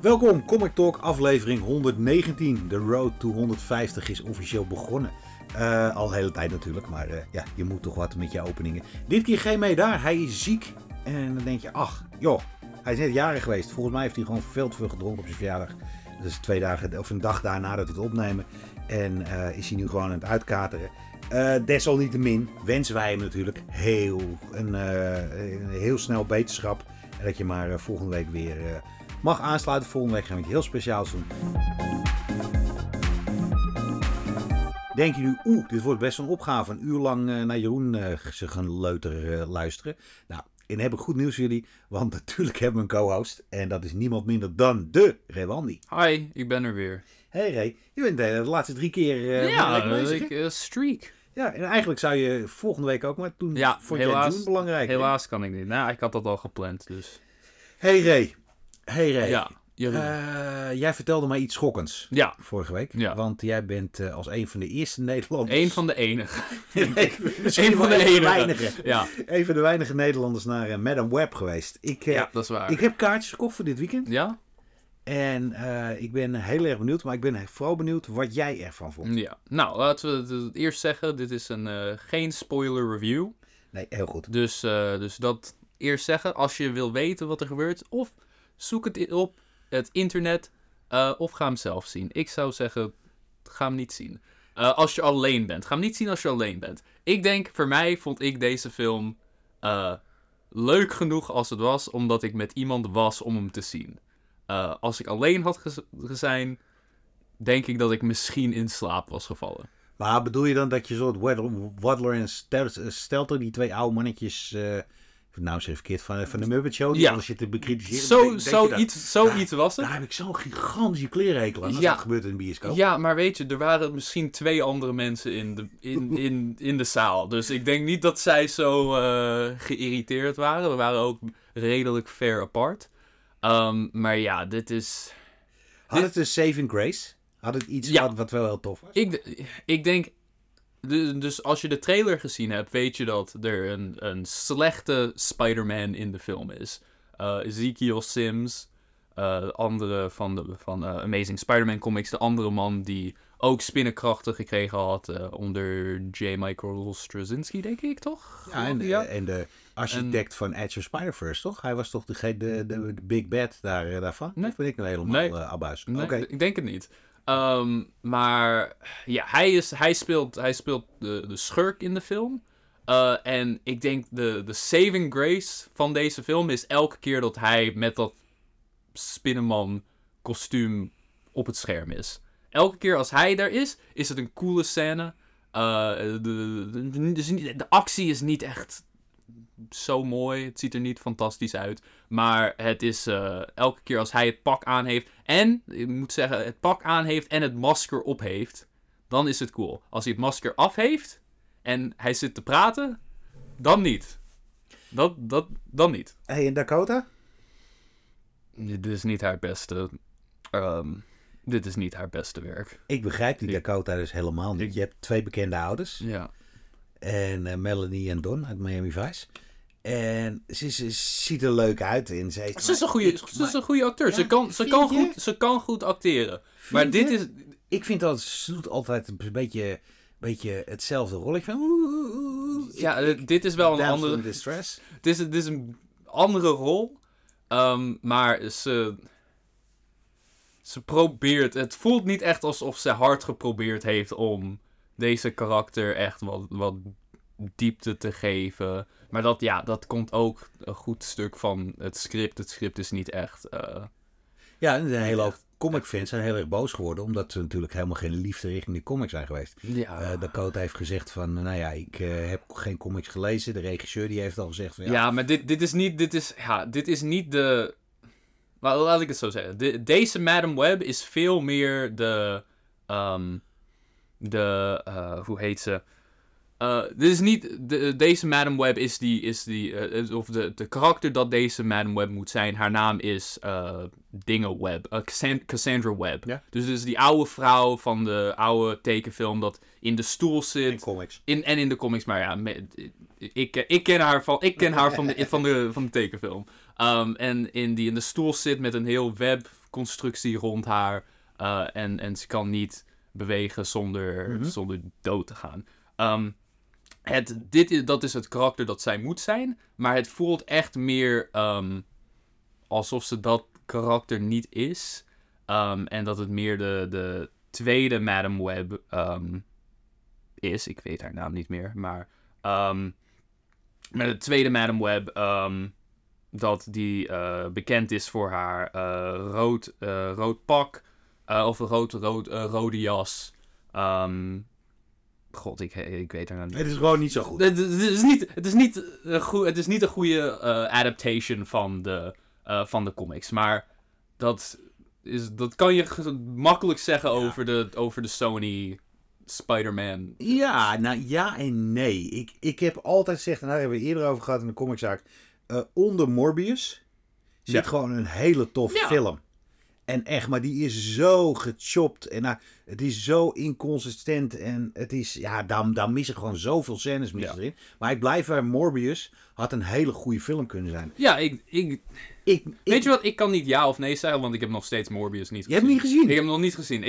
Welkom, Comic Talk aflevering 119. De road to 150 is officieel begonnen. Al de hele tijd natuurlijk, maar je moet toch wat met je openingen. Dit keer geen mee daar, hij is ziek. En dan denk je, ach joh, hij is net jarig geweest. Volgens mij heeft hij gewoon veel te veel gedronken op zijn verjaardag. Dat is 2 dagen of een dag daarna dat we het opnemen. En is hij nu gewoon aan het uitkateren. Desalniettemin wensen wij hem natuurlijk een heel snel beterschap. En dat je maar volgende week weer mag aansluiten. Volgende week gaan we iets heel speciaals doen. Denk je nu, dit wordt best een opgave. Een uur lang naar Jeroen ze gaan luisteren. Nou, en heb ik goed nieuws voor jullie. Want natuurlijk hebben we een co-host. En dat is niemand minder dan de Rewandi. Hi, ik ben er weer. Hey Ray, je bent de laatste 3 keer streak. Ja, en eigenlijk zou je volgende week ook, maar toen vond jij June belangrijk. Helaas kan ik niet. Nou, ik had dat al gepland, dus. Hey Ray. Ja, jij vertelde mij iets schokkends vorige week. Ja. Want jij bent als een van de eerste Nederlanders... Eén van de enige. Misschien wel een van de weinige. Ja. Een van de weinige Nederlanders naar Madame Web geweest. Ja, dat is waar. Ik heb kaartjes gekocht voor dit weekend. Ja? En ik ben heel erg benieuwd, maar ik ben vooral benieuwd wat jij ervan vond. Ja. Nou, laten we het eerst zeggen. Dit is geen spoiler review. Nee, heel goed. Dus dat eerst zeggen. Als je wil weten wat er gebeurt, of zoek het op het internet, of ga hem zelf zien. Ik zou zeggen, ga hem niet zien. Als je alleen bent. Ga hem niet zien als je alleen bent. Ik denk, voor mij vond ik deze film leuk genoeg als het was, omdat ik met iemand was om hem te zien. Als ik alleen had zijn, denk ik dat ik misschien in slaap was gevallen. Maar bedoel je dan dat je soort Waddler en Stelter, die 2 oude mannetjes... nou is het verkeerd van de Muppet Show, die alles je te bekritiseren. Zoiets was het. Daar heb ik zo'n gigantische klerenhekel aan. Dat gebeurt in een bioscoop. Ja, maar weet je, er waren misschien 2 andere mensen in de zaal. Dus ik denk niet dat zij zo geïrriteerd waren. We waren ook redelijk ver apart. Maar ja, dit is... Had het een saving grace? Had het iets wat wel heel tof was? Ik denk... Dus als je de trailer gezien hebt, weet je dat er een slechte Spider-Man in de film is. Ezekiel Sims, andere van Amazing Spider-Man comics, de andere man die ook spinnenkrachten gekregen had onder J. Michael Straczynski, denk ik, toch? Ja, en de architect van Edge of Spider-Verse, toch? Hij was toch de big bad daarvan? Nee. Of ben ik nou helemaal abuis? Nee, Okay. ik denk het niet. Maar ja, hij speelt de schurk in de film. En ik denk de saving grace van deze film is elke keer dat hij met dat Spinnenman kostuum op het scherm is. Elke keer als hij daar is het een coole scène. De actie is niet echt zo mooi. Het ziet er niet fantastisch uit. Maar het is elke keer als hij het pak aan heeft. En, ik moet zeggen, het pak aan heeft en het masker op heeft. Dan is het cool. Als hij het masker af heeft en hij zit te praten, dan niet. Dan niet. Hey, en Dakota? Dit is niet haar beste... dit is niet haar beste werk. Ik begrijp die Dakota dus helemaal niet. Je hebt 2 bekende ouders. Ja. En Melanie en Don uit Miami Vice. En ze ziet er leuk uit. En ze is een goede acteur. Ja, ze kan goed acteren. Maar dit is... Ik vind dat ze doet altijd een beetje hetzelfde rolletje. Ja, dit is wel een andere... Distress. Het is een andere rol. Maar ze probeert... Het voelt niet echt alsof ze hard geprobeerd heeft om deze karakter echt wat diepte te geven. Maar dat komt ook een goed stuk van het script. Het script is niet echt... Ja, en een hele hoop comicfans zijn heel erg boos geworden, omdat ze natuurlijk helemaal geen liefde richting de comics zijn geweest. Ja. Dakota heeft gezegd van, ik heb geen comics gelezen. De regisseur die heeft al gezegd van... Ja, maar dit is niet de... Laat ik het zo zeggen. Deze Madame Web is veel meer hoe heet ze? Dit is niet... Deze Madame Web is of de karakter dat deze Madame Web moet zijn. Haar naam is Dinge Web. Cassandra Web. Ja? Dus het is die oude vrouw van de oude tekenfilm dat in de stoel zit. In comics. In de comics, maar ja... Ik ken haar van de tekenfilm. En in de stoel zit met een heel web constructie rond haar. En ze kan niet bewegen zonder dood te gaan. Dat is het karakter dat zij moet zijn. Maar het voelt echt meer alsof ze dat karakter niet is. En dat het meer de tweede Madam Web is. Ik weet haar naam niet meer. Maar de tweede Madam Web... dat die bekend is voor haar rood pak. Of rode jas. God, ik weet haar nou niet. Het is gewoon niet zo goed. Het is niet een goede adaptation van de comics. Maar dat kan je makkelijk zeggen over de Sony Spider-Man. Ja, nou ja en nee. Ik heb altijd gezegd, en daar hebben we eerder over gehad in de comiczaak. Onder Morbius zit gewoon een hele toffe film. En echt, maar die is zo gechopt. En het is zo inconsistent. En het is, daar missen gewoon zoveel scènes erin. Maar ik blijf bij Morbius had een hele goede film kunnen zijn. Ja, weet je wat? Ik kan niet ja of nee zeggen, want ik heb nog steeds Morbius niet gezien. Je hebt hem niet gezien? Ik heb hem nog niet gezien.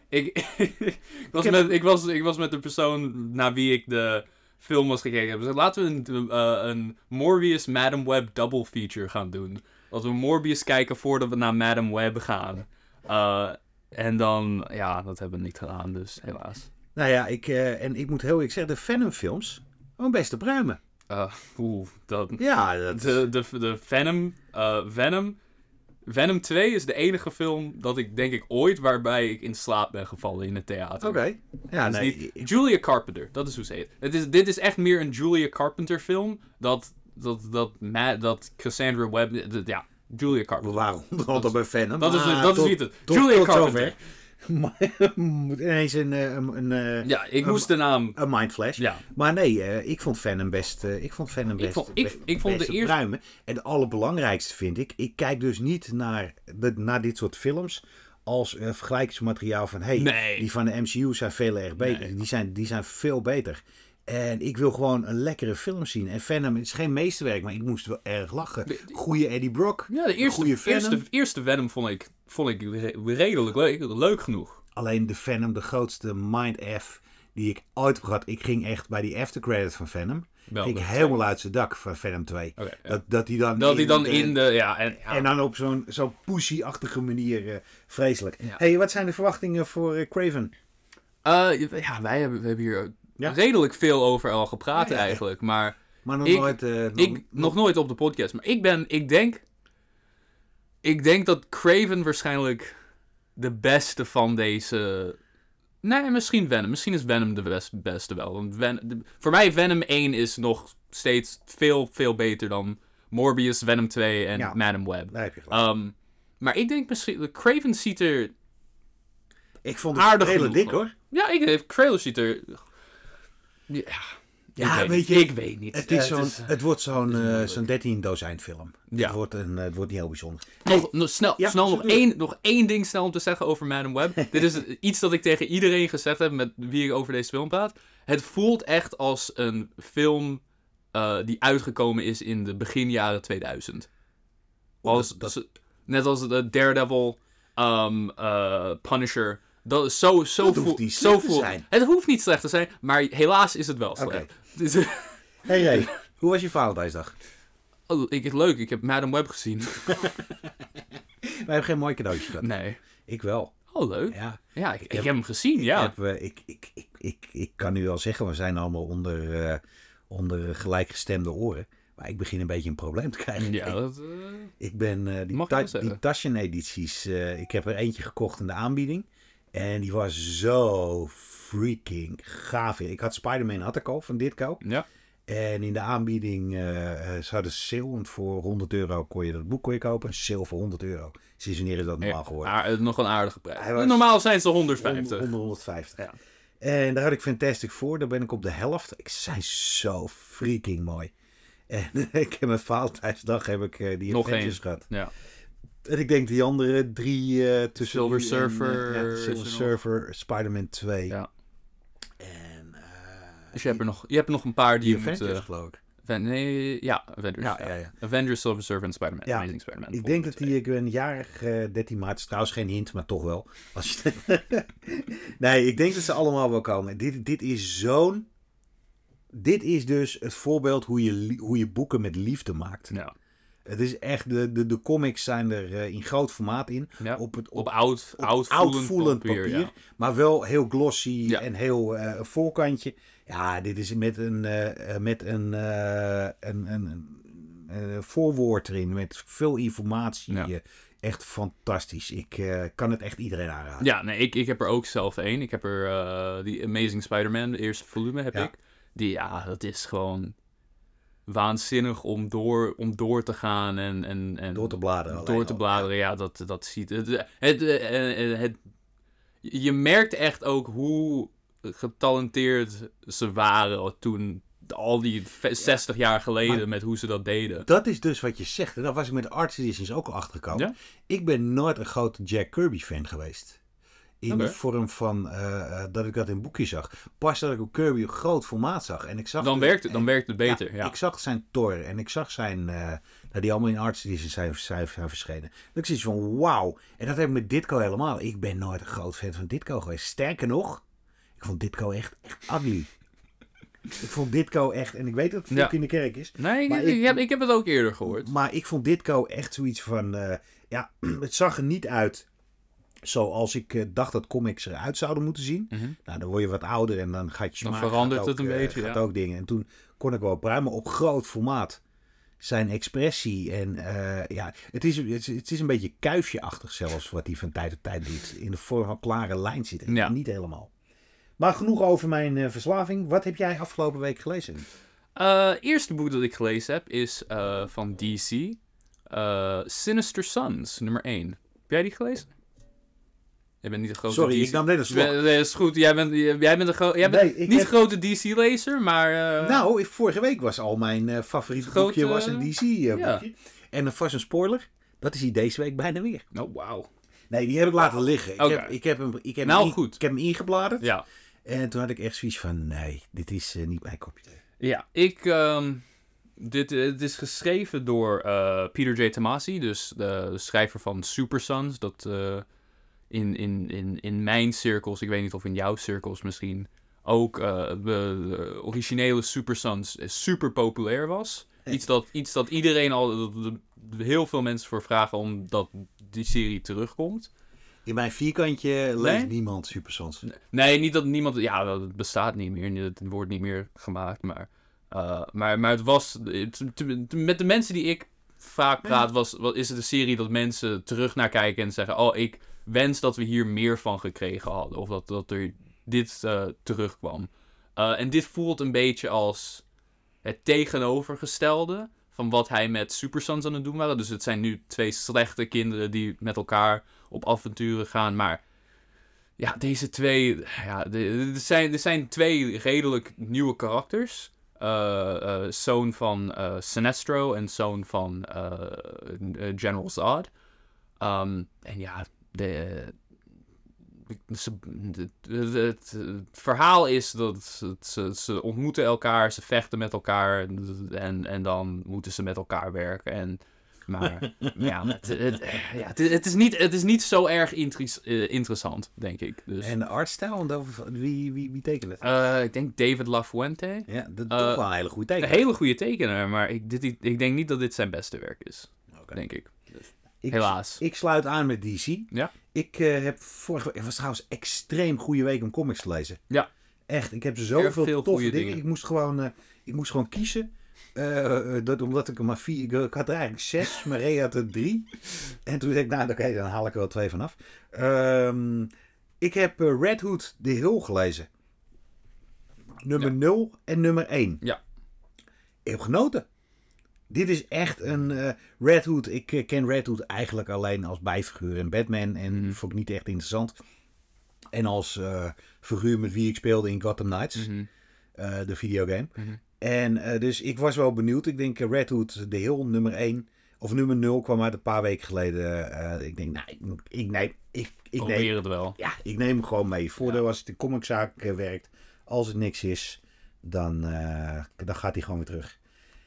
Ik was met de persoon naar wie ik de film was gekeken heb. Dus laten we een Morbius Madam Web double feature gaan doen. Dat we Morbius kijken voordat we naar Madam Web gaan. En dan, dat hebben we niet gedaan, dus helaas. Nou ja, ik moet heel eerlijk zeggen, de Venom films, gewoon best te pruimen. De Venom 2 is de enige film dat ik denk ik ooit waarbij ik in slaap ben gevallen in het theater. Oké. Ja, nee. Julia Carpenter, dat is hoe ze heet. Dit is echt meer een Julia Carpenter film dat Cassandra Webb... Julia Carpenter. We waren altijd bij Venom. Dat is niet het. Julia Carpenter. Ineens ik moest de naam... Een mindflash. Ja. Maar nee, ik vond Venom best... Ik vond de eerste... Pruimen. En het allerbelangrijkste vind ik kijk dus niet naar dit soort films als vergelijkingsmateriaal van... die van de MCU zijn veel erg beter. Nee. Die zijn veel beter. En ik wil gewoon een lekkere film zien. En Venom is geen meesterwerk, maar ik moest wel erg lachen. Goeie Eddie Brock. Ja, de eerste Venom vond ik redelijk leuk genoeg. Alleen de Venom, de grootste mind-F die ik ooit heb gehad. Ik ging echt bij die aftercredits van Venom. Ging ik helemaal uit zijn dak van Venom 2. Okay, dat hij dan en dan op zo'n pussy-achtige manier vreselijk. Ja. Hey, wat zijn de verwachtingen voor Kraven? We hebben hier... redelijk veel over al gepraat eigenlijk, maar nog nooit op de podcast. Maar ik denk dat Kraven waarschijnlijk de beste van deze... Nee, misschien Venom. Misschien is Venom de beste wel. Want voor mij Venom 1 is nog steeds veel, veel beter dan Morbius, Venom 2 en Madam Web. Daar heb je gelijk. Maar ik denk misschien... Kraven ziet er... Ik vond het redelijk dik hoor. Ja, Kraven ziet er... Ik weet niet. Het wordt zo'n 13 dozijn film. Ja. Het wordt niet heel bijzonder. Nog één ding snel om te zeggen over Madam Web. Dit is iets dat ik tegen iedereen gezegd heb met wie ik over deze film praat. Het voelt echt als een film die uitgekomen is in de begin jaren 2000. Net als de Daredevil, Punisher... Dat hoeft niet slecht te zijn. Het hoeft niet slecht te zijn, maar helaas is het wel slecht. Okay. Hey, hoe was je Valentijnsdag? Leuk, ik heb Madam Web gezien. Wij hebben geen mooi cadeautje gehad. Nee. Ik wel. Oh, leuk. Ja, ik heb hem gezien, ja. Ik kan nu wel zeggen, we zijn allemaal onder gelijkgestemde oren. Maar ik begin een beetje een probleem te krijgen. Ja, ik ben die Taschen-edities, ik heb er eentje gekocht in de aanbieding. En die was zo freaking gaaf. Ik had Spider-Man al van Ditko. Ja. En in de aanbieding ze hadden sale. Want voor €100 kon je dat boek kopen. Sale voor €100. Sinds wanneer is dat normaal geworden? Nog een aardige prijs. Normaal zijn ze 150. 150. Ja. En daar had ik Fantastic Four. Daar ben ik op de helft. Ik zijn zo freaking mooi. En ik heb met Valentijnsdag die Avengers gehad. Ja. En ik denk die andere 3 tussen... Silver Surfer. Silver Surfer, Spider-Man 2. Ja. En... dus je hebt er nog een paar die Avengers, geloof ik. Avengers. Ja. Avengers, Silver Surfer en Spider-Man. Ja. Amazing Spider-Man. Ik denk dat ik ben jarig 13 maart. Is trouwens geen hint, maar toch wel. Als je nee, ik denk dat ze allemaal wel komen. Dit is dus het voorbeeld hoe je boeken met liefde maakt. Ja. Het is echt, de comics zijn er in groot formaat in. Ja. Op oud-voelend papier. ja. Maar wel heel glossy Ja. en heel voorkantje. Ja, dit is met een voorwoord erin. Met veel informatie. Ja. Echt fantastisch. Ik kan het echt iedereen aanraden. Ja, nee, ik heb er ook zelf één. Ik heb er die Amazing Spider-Man, de eerste volume heb ik. Dat is gewoon waanzinnig om door te gaan en Door te bladeren. Door te bladeren, ja, dat ziet het. Je merkt echt ook hoe getalenteerd ze waren toen, al die 60 jaar geleden, met hoe ze dat deden. Dat is dus wat je zegt. En daar was ik met de Arts Editions ook al achter gekomen. Ja? Ik ben nooit een grote Jack Kirby fan geweest. In de vorm van dat ik dat in boekjes zag. Pas dat ik ook Kirby op groot formaat zag. En ik zag Dan werkt het beter. Ja. Ik zag zijn Thor en ik zag zijn... die allemaal in Arts Editions zijn verschenen. Dat ik zoiets van wauw. En dat heb ik met Ditko helemaal. Ik ben nooit een groot fan van Ditko geweest. Sterker nog, ik vond Ditko echt ugly. Ik vond Ditko echt... En ik weet dat het vloek in de kerk is. Nee, maar ik heb het ook eerder gehoord. Maar ik vond Ditko echt zoiets van... het zag er niet uit zoals ik dacht dat comics eruit zouden moeten zien. Mm-hmm. Nou, dan word je wat ouder en dan gaat je smaak... Dan verandert het een beetje, gaat ook dingen. En toen kon ik wel pruimen, maar op groot formaat. Zijn expressie en het is een beetje kuifje-achtig zelfs wat hij van tijd tot tijd doet. In de vorm van klare lijn zit. Ja. Niet helemaal. Maar genoeg over mijn verslaving. Wat heb jij afgelopen week gelezen? Eerste boek dat ik gelezen heb is van DC. Sinister Sons, nummer 1. Heb jij die gelezen? Jij bent niet een grote Sorry, DC... ik nam net een slok. Dat is goed. Jij bent niet een grote DC-lezer, maar... Vorige week was al mijn favoriete boekje was een DC-boekje. En vast een spoiler, dat is hij deze week bijna weer. Oh, wauw. Nee, die heb ik laten liggen. Ik heb hem ingebladerd. Ja. En toen had ik echt zoiets van, nee, dit is niet mijn kopje thee. Ja, het is geschreven door Peter J. Tomasi, dus de schrijver van Super Sons. Dat in mijn cirkels, ik weet niet of in jouw cirkels misschien, ook de originele Super Sons super populair was. Iets dat iedereen heel veel mensen voor vragen omdat die serie terugkomt. In mijn vierkantje leest niemand Super Sons. Nee, niet dat niemand... Ja, het bestaat niet meer. Het wordt niet meer gemaakt. Maar het was... Met de mensen die ik vaak praat, is het een serie dat mensen terug naar kijken en zeggen... Oh, ik wens dat we hier meer van gekregen hadden. Of dat er dit terugkwam. En dit voelt een beetje als het tegenovergestelde van wat hij met Super Sons aan het doen waren. Dus het zijn nu 2 slechte kinderen die met elkaar op avonturen gaan. Maar ja, deze 2... Ja, er zijn 2 redelijk nieuwe karakters. Zoon van Sinestro en zoon van General Zod. En ja, het verhaal is dat ze ontmoeten elkaar, ze vechten met elkaar en dan moeten ze met elkaar werken. Maar ja, het is niet zo erg interessant, denk ik. Dus. En de artstijl, wie tekent het? Ik denk David LaFuente. Ja, dat is toch wel een hele goede tekenaar. Een hele goede tekenaar, maar ik denk niet dat dit zijn beste werk is. Okay. Denk ik. Dus. Helaas. Ik sluit aan met DC. Ja. Ik heb vorige week... Het was trouwens een extreem goede week om comics te lezen. Ja. Echt, ik heb zoveel toffe dingen. Ik moest gewoon kiezen. Omdat ik er maar 4... Ik had er eigenlijk 6, maar Ray had er 3. En toen dacht ik, nou oké, dan haal ik er wel 2 vanaf. Ik heb Red Hood The Hill gelezen. Nummer 0 en nummer 1. Ja. Ik heb genoten. Dit is echt een Red Hood. Ik ken Red Hood eigenlijk alleen als bijfiguur in Batman. En vond ik niet echt interessant. En als figuur met wie ik speelde in Gotham Knights. De videogame. En dus ik was wel benieuwd. Ik denk Red Hood The Hill nummer 1. Of nummer 0 kwam uit een paar weken geleden. Ik denk, ik probeer het wel. Ja, ik neem hem gewoon mee. Voordeel als het de comiczaak werkt. Als het niks is, dan gaat hij gewoon weer terug.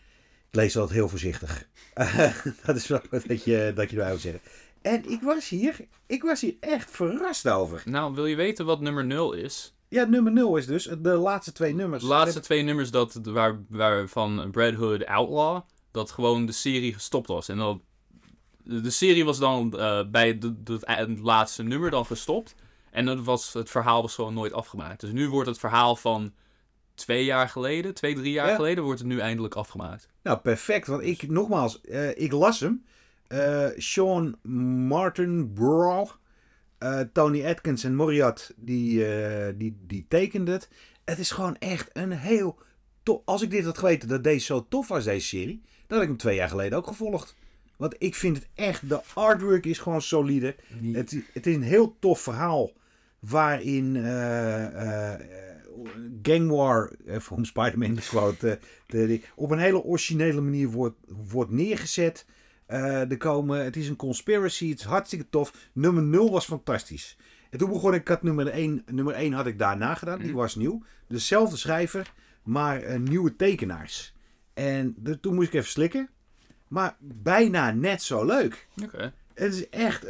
Lees altijd heel voorzichtig. Dat is wel wat dat je erbij moet zeggen. En ik was hier echt verrast over. Nou, wil je weten wat nummer 0 is? Ja, nummer 0 is dus de laatste 2 nummers. De laatste 2 nummers waar van Red Hood Outlaw, dat gewoon de serie gestopt was. En dan, de serie was dan bij het laatste nummer dan gestopt. En het verhaal was gewoon nooit afgemaakt. Dus nu wordt het verhaal van 2 jaar geleden, 2-3 jaar geleden, wordt het nu eindelijk afgemaakt. Nou, perfect. Want ik las hem. Sean Martin Brawl, Tony Atkins en Moriat, die tekenden het. Het is gewoon echt een heel tof. Als ik dit had geweten dat deze zo tof was, deze serie, dan had ik hem 2 jaar geleden ook gevolgd. Want ik vind het echt, de artwork is gewoon solide. Het is een heel tof verhaal waarin gang war, van Spider-Man is quote, op een hele originele manier wordt neergezet. Het is een conspiracy, het is hartstikke tof. Nummer 0 was fantastisch. En toen begon ik had nummer 1 had ik daarna gedaan, die was nieuw. Dezelfde schrijver, maar nieuwe tekenaars. En toen moest ik even slikken. Maar bijna net zo leuk. Oké. Het is echt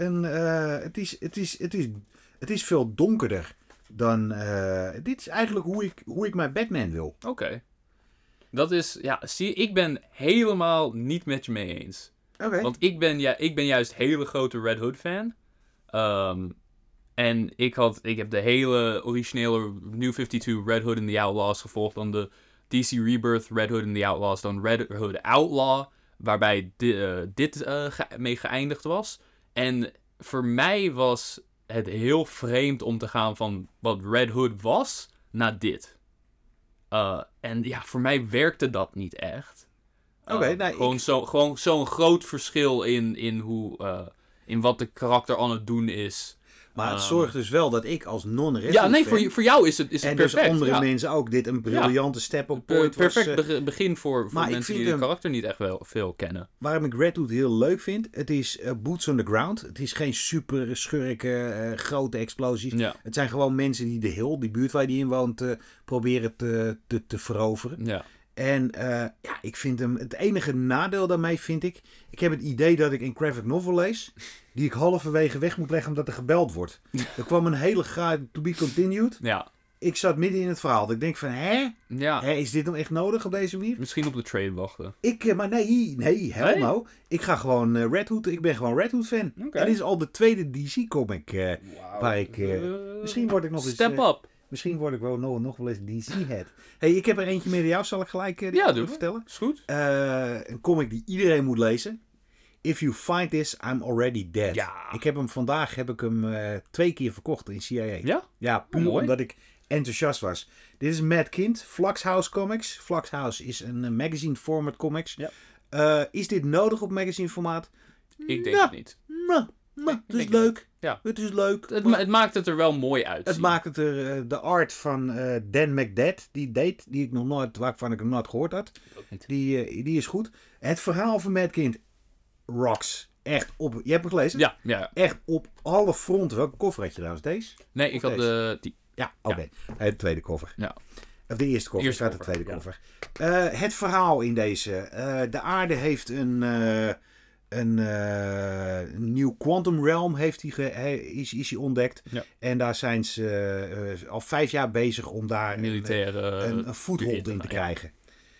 het is veel donkerder dan... dit is eigenlijk hoe ik mijn Batman wil. Oké. Dat is... Ja, zie, ik ben helemaal niet met je mee eens. Oké. Want ik ben juist hele grote Red Hood fan. En ik heb de hele originele New 52 Red Hood and the Outlaws gevolgd. Dan de DC Rebirth Red Hood and the Outlaws. Dan Red Hood Outlaw. Waarbij dit mee geëindigd was. En voor mij was het heel vreemd om te gaan van wat Red Hood was naar dit. En ja, voor mij werkte dat niet echt. Gewoon zo'n groot verschil in hoe... in wat de karakter aan het doen is. Maar het zorgt dus wel dat ik als non-Red Ja, nee, fan, voor jou is het en perfect. dus andere mensen ook dit een briljante step op point was. Perfect begin voor mensen die de karakter niet echt veel kennen. Waarom ik Red Hood heel leuk vind, het is boots on the ground. Het is geen super schurken, grote explosies. Ja. Het zijn gewoon mensen die de hill, die buurt waar die in woont, proberen te veroveren. Ja. En ik vind hem... Het enige nadeel daarmee vind ik... Ik heb het idee dat ik een graphic novel lees... die ik halverwege weg moet leggen omdat er gebeld wordt. Er kwam een hele graad to be continued. Ja. Ik zat midden in het verhaal. Dat ik denk van, Ja. Is dit nou echt nodig op deze manier? Misschien op de trade wachten. Maar nee, hell no. Ik ga gewoon Red Hood... Ik ben gewoon Red Hood fan. Okay. En dit is al de tweede DC comic waar ik... misschien word ik nog eens... Step up. Misschien word ik wel nog wel eens DC-head. Hey, ik heb er eentje met jou. Zal ik gelijk vertellen? Is goed. Een comic die iedereen moet lezen. If you find this, I'm already dead. Ja. Vandaag heb ik hem 2 keer verkocht in CIA. Ja? Ja, puur mooi. omdat ik enthousiast was. Dit is Matt Kindt, Fluxhouse Comics. Fluxhouse is een magazine format comics. Ja. Is dit nodig op magazine formaat? Ik denk het niet. Het is leuk. Ja. Het is leuk. Het maakt het er wel mooi uit. Het maakt het er... de art van Dan McDead, waarvan ik nog nooit gehoord had. Die is goed. Het verhaal van Matt Kindt rocks. Echt op... Je hebt hem gelezen? Ja. Echt op alle fronten. Welke koffer had je trouwens? Deze? Nee, ik had die. Ja, oké. De tweede koffer. Ja. Of de eerste koffer. Eerste de tweede koffer. Het verhaal in deze. De aarde heeft een nieuw quantum realm is hij ontdekt. Ja. En daar zijn ze al 5 jaar bezig om daar een foothold in te krijgen.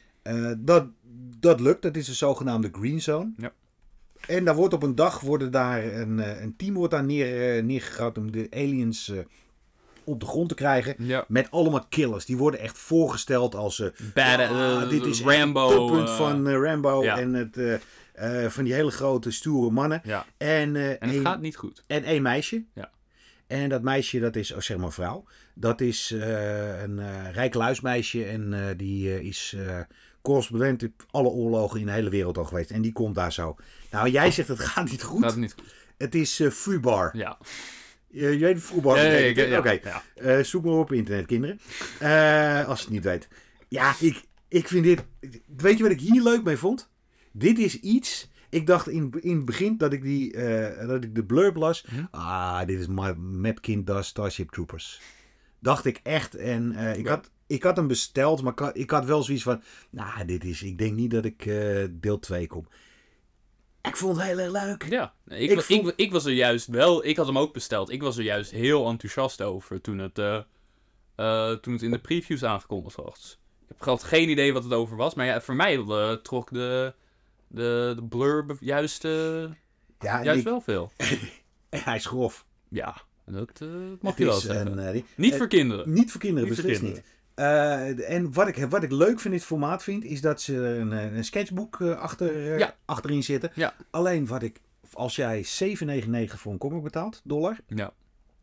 Dat lukt. Dat is de zogenaamde Green Zone. Ja. En daar wordt op een dag een team wordt daar neergegaan om de aliens op de grond te krijgen. Ja. Met allemaal killers. Die worden echt voorgesteld als... dit is Rambo. het toppunt van Rambo. Ja. En het... van die hele grote, stoere mannen. Ja. En het gaat niet goed. En 1 meisje. Ja. En dat meisje, dat is, zeg maar vrouw. Dat is een rijk luismeisje. En die is correspondent op alle oorlogen in de hele wereld al geweest. En die komt daar zo. Nou, jij zegt het gaat niet goed. Gaat niet goed. Het is Fubar. Ja. Je weet Fubar? Ja. Oké. Ja. Zoek maar op internet, kinderen. Als je het niet weet. Ja, ik vind dit... Weet je wat ik hier leuk mee vond? Dit is iets... Ik dacht in het begin dat ik de blurb las. Dit is Matt Kindt does Starship Troopers. Dacht ik echt. En ik had hem besteld, maar ik had wel zoiets van... ik denk niet dat ik deel 2 kom. Ik vond het heel erg leuk. Ja, ik was er juist wel... Ik had hem ook besteld. Ik was er juist heel enthousiast over toen het in de previews aangekondigd was. Ik heb geen idee wat het over was. Maar ja, voor mij trok de blurb juist wel veel. Hij is grof. Ja, dat mag je wel zeggen. Niet voor kinderen. Niet voor kinderen, beslist niet. En wat ik leuk van dit formaat vind, is dat ze een sketchboek achterin zitten. Ja. Alleen als jij $7,99 voor een comic betaalt, $, Ja.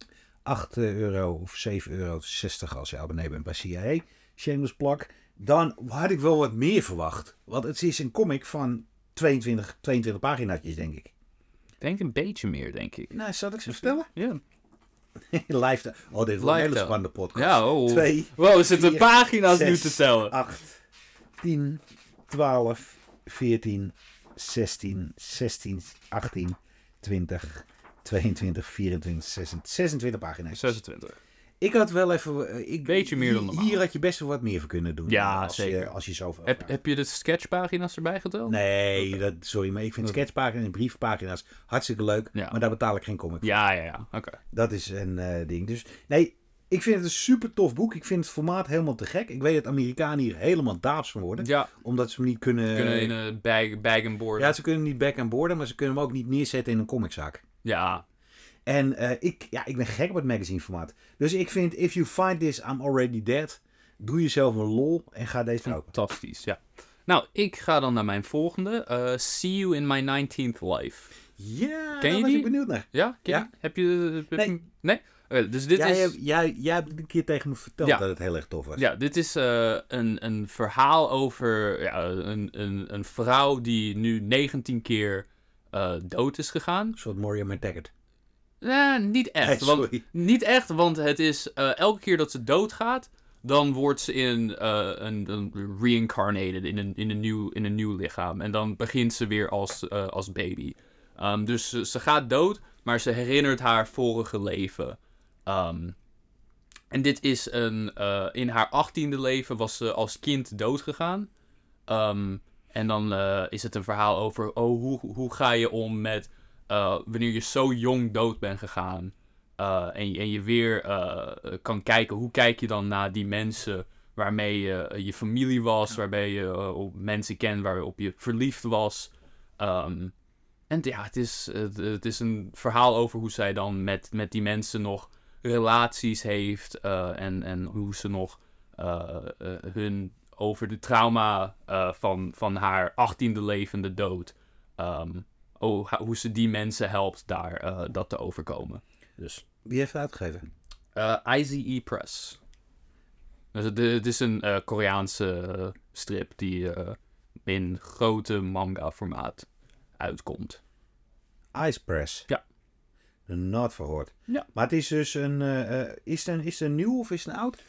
€8 of €7,60 als je abonnee bent bij CIA, shameless plug, dan had ik wel wat meer verwacht. Want het is een comic van 22 paginaatjes, denk ik. Ik denk een beetje meer, denk ik. Nou, zal ik ze vertellen? Ja. Live. Oh, dit wordt een hele spannende podcast. Ja, oh. 2. Wow, er zitten pagina's 6, nu te tellen. 8, 10, 12, 14, 16, 18, 20, 22, 24, 26 pagina's. 26. Ik had wel even... Beetje meer dan normaal. Hier had je best wel wat meer voor kunnen doen. Ja, zeker. Als je zoveel Heb je de sketchpagina's erbij geteld? Nee, sorry, maar ik vind sketchpagina's en briefpagina's hartstikke leuk. Ja. Maar daar betaal ik geen comic voor. Ja. Oké. Dat is een ding. Dus nee, ik vind het een super tof boek. Ik vind het formaat helemaal te gek. Ik weet dat Amerikanen hier helemaal daaps van worden. Ja. Omdat ze hem niet kunnen... Kunnen in een bag and board. Ja, ze kunnen hem niet back aan boorden, maar ze kunnen hem ook niet neerzetten in een comiczaak. Ja. En ik ben gek op het magazine formaat. Dus ik vind, if you find this, I'm already dead. Doe jezelf een lol en ga deze kopen. Fantastisch, ja. Nou, ik ga dan naar mijn volgende. See You in My 19th Life. Ja, ken je daar was die? ik benieuwd naar. Ja? Ja. Heb je... Nee? Oké, dus dit Jij hebt een keer tegen me verteld dat het heel erg tof was. Ja, dit is een verhaal over een vrouw die nu 19 keer dood is gegaan. Een soort Moria McTaggart. Niet echt. Niet echt, want het is elke keer dat ze doodgaat, dan wordt ze een reincarnated in een nieuw lichaam. En dan begint ze weer als baby. Dus ze gaat dood, maar ze herinnert haar vorige leven. En dit is in haar 18e leven was ze als kind doodgegaan. En dan is het een verhaal over hoe ga je om met wanneer je zo jong dood bent gegaan. En je weer kan kijken, hoe kijk je dan naar die mensen waarmee je familie was, waarbij je mensen kent waarop je verliefd was. En ja, het is een verhaal over hoe zij dan met die mensen nog relaties heeft en hoe ze nog hun over de trauma van haar 18e levende dood, hoe ze die mensen helpt daar dat te overkomen. Dus. Wie heeft het uitgegeven? IZE Press. Dus het is een Koreaanse strip die in grote manga formaat uitkomt. Ice Press. Ja. Nooit verhoord. Ja. Maar het is dus is het een nieuw of is het een oud?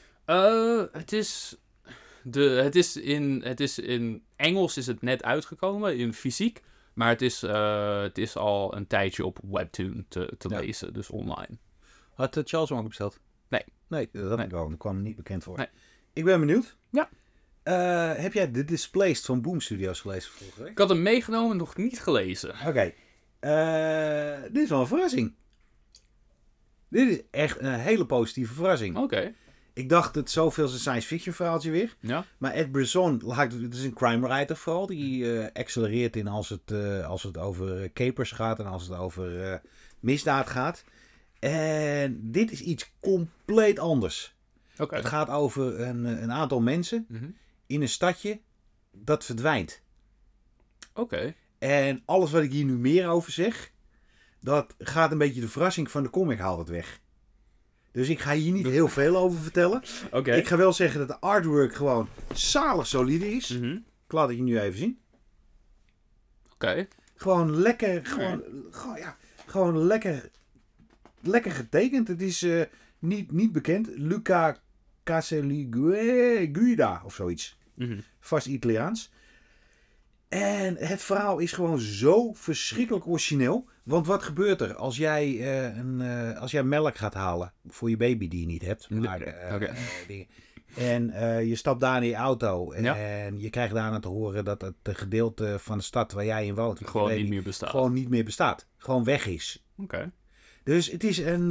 Het is in Engels is het net uitgekomen, in fysiek. Maar het is al een tijdje op Webtoon te lezen, dus online. Had Charles hem ook besteld? Nee. Nee, dat kwam me niet bekend voor. Nee. Ik ben benieuwd. Ja. Heb jij The Displaced van Boom Studios gelezen vorige week? Ik had hem meegenomen en nog niet gelezen. Oké. Dit is wel een verrassing. Dit is echt een hele positieve verrassing. Oké. Ik dacht het zoveelste science fiction verhaaltje weer. Ja. Maar Ed Brisson, het is een crime writer vooral. Die accelereert in als het over capers gaat en als het over misdaad gaat. En dit is iets compleet anders. Oké. Het gaat over een aantal mensen in een stadje dat verdwijnt. Oké. En alles wat ik hier nu meer over zeg, dat gaat een beetje de verrassing van de comic haalt het weg. Dus ik ga hier niet heel veel over vertellen. Oké. Ik ga wel zeggen dat de artwork gewoon zalig solide is. Ik laat het je nu even zien. Oké. Gewoon lekker, gewoon lekker getekend. Het is niet bekend. Luca Casaliguida of zoiets. Vast Italiaans. En het verhaal is gewoon zo verschrikkelijk origineel. Want wat gebeurt er als jij melk gaat halen voor je baby die je niet hebt? Maar, dingen. En je stapt daar in je auto. Ja. En je krijgt daarna te horen dat het gedeelte van de stad waar jij in woont... Gewoon niet meer bestaat. Gewoon niet meer bestaat. Gewoon weg is. Oké. Dus het is een...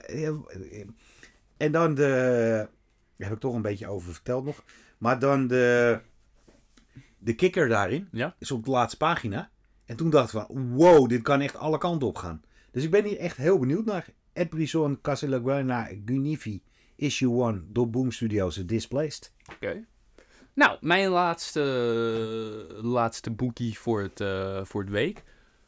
en dan de... Daar heb ik toch een beetje over verteld nog. Maar dan de kikker daarin. Ja? Is op de laatste pagina. En toen dacht ik van... Wow, dit kan echt alle kanten op gaan. Dus ik ben hier echt heel benieuwd naar. Ed Brisson, Castelguana, Gunifi, Issue 1 door Boom Studios Displaced. Oké. Nou, mijn laatste boekie voor het week.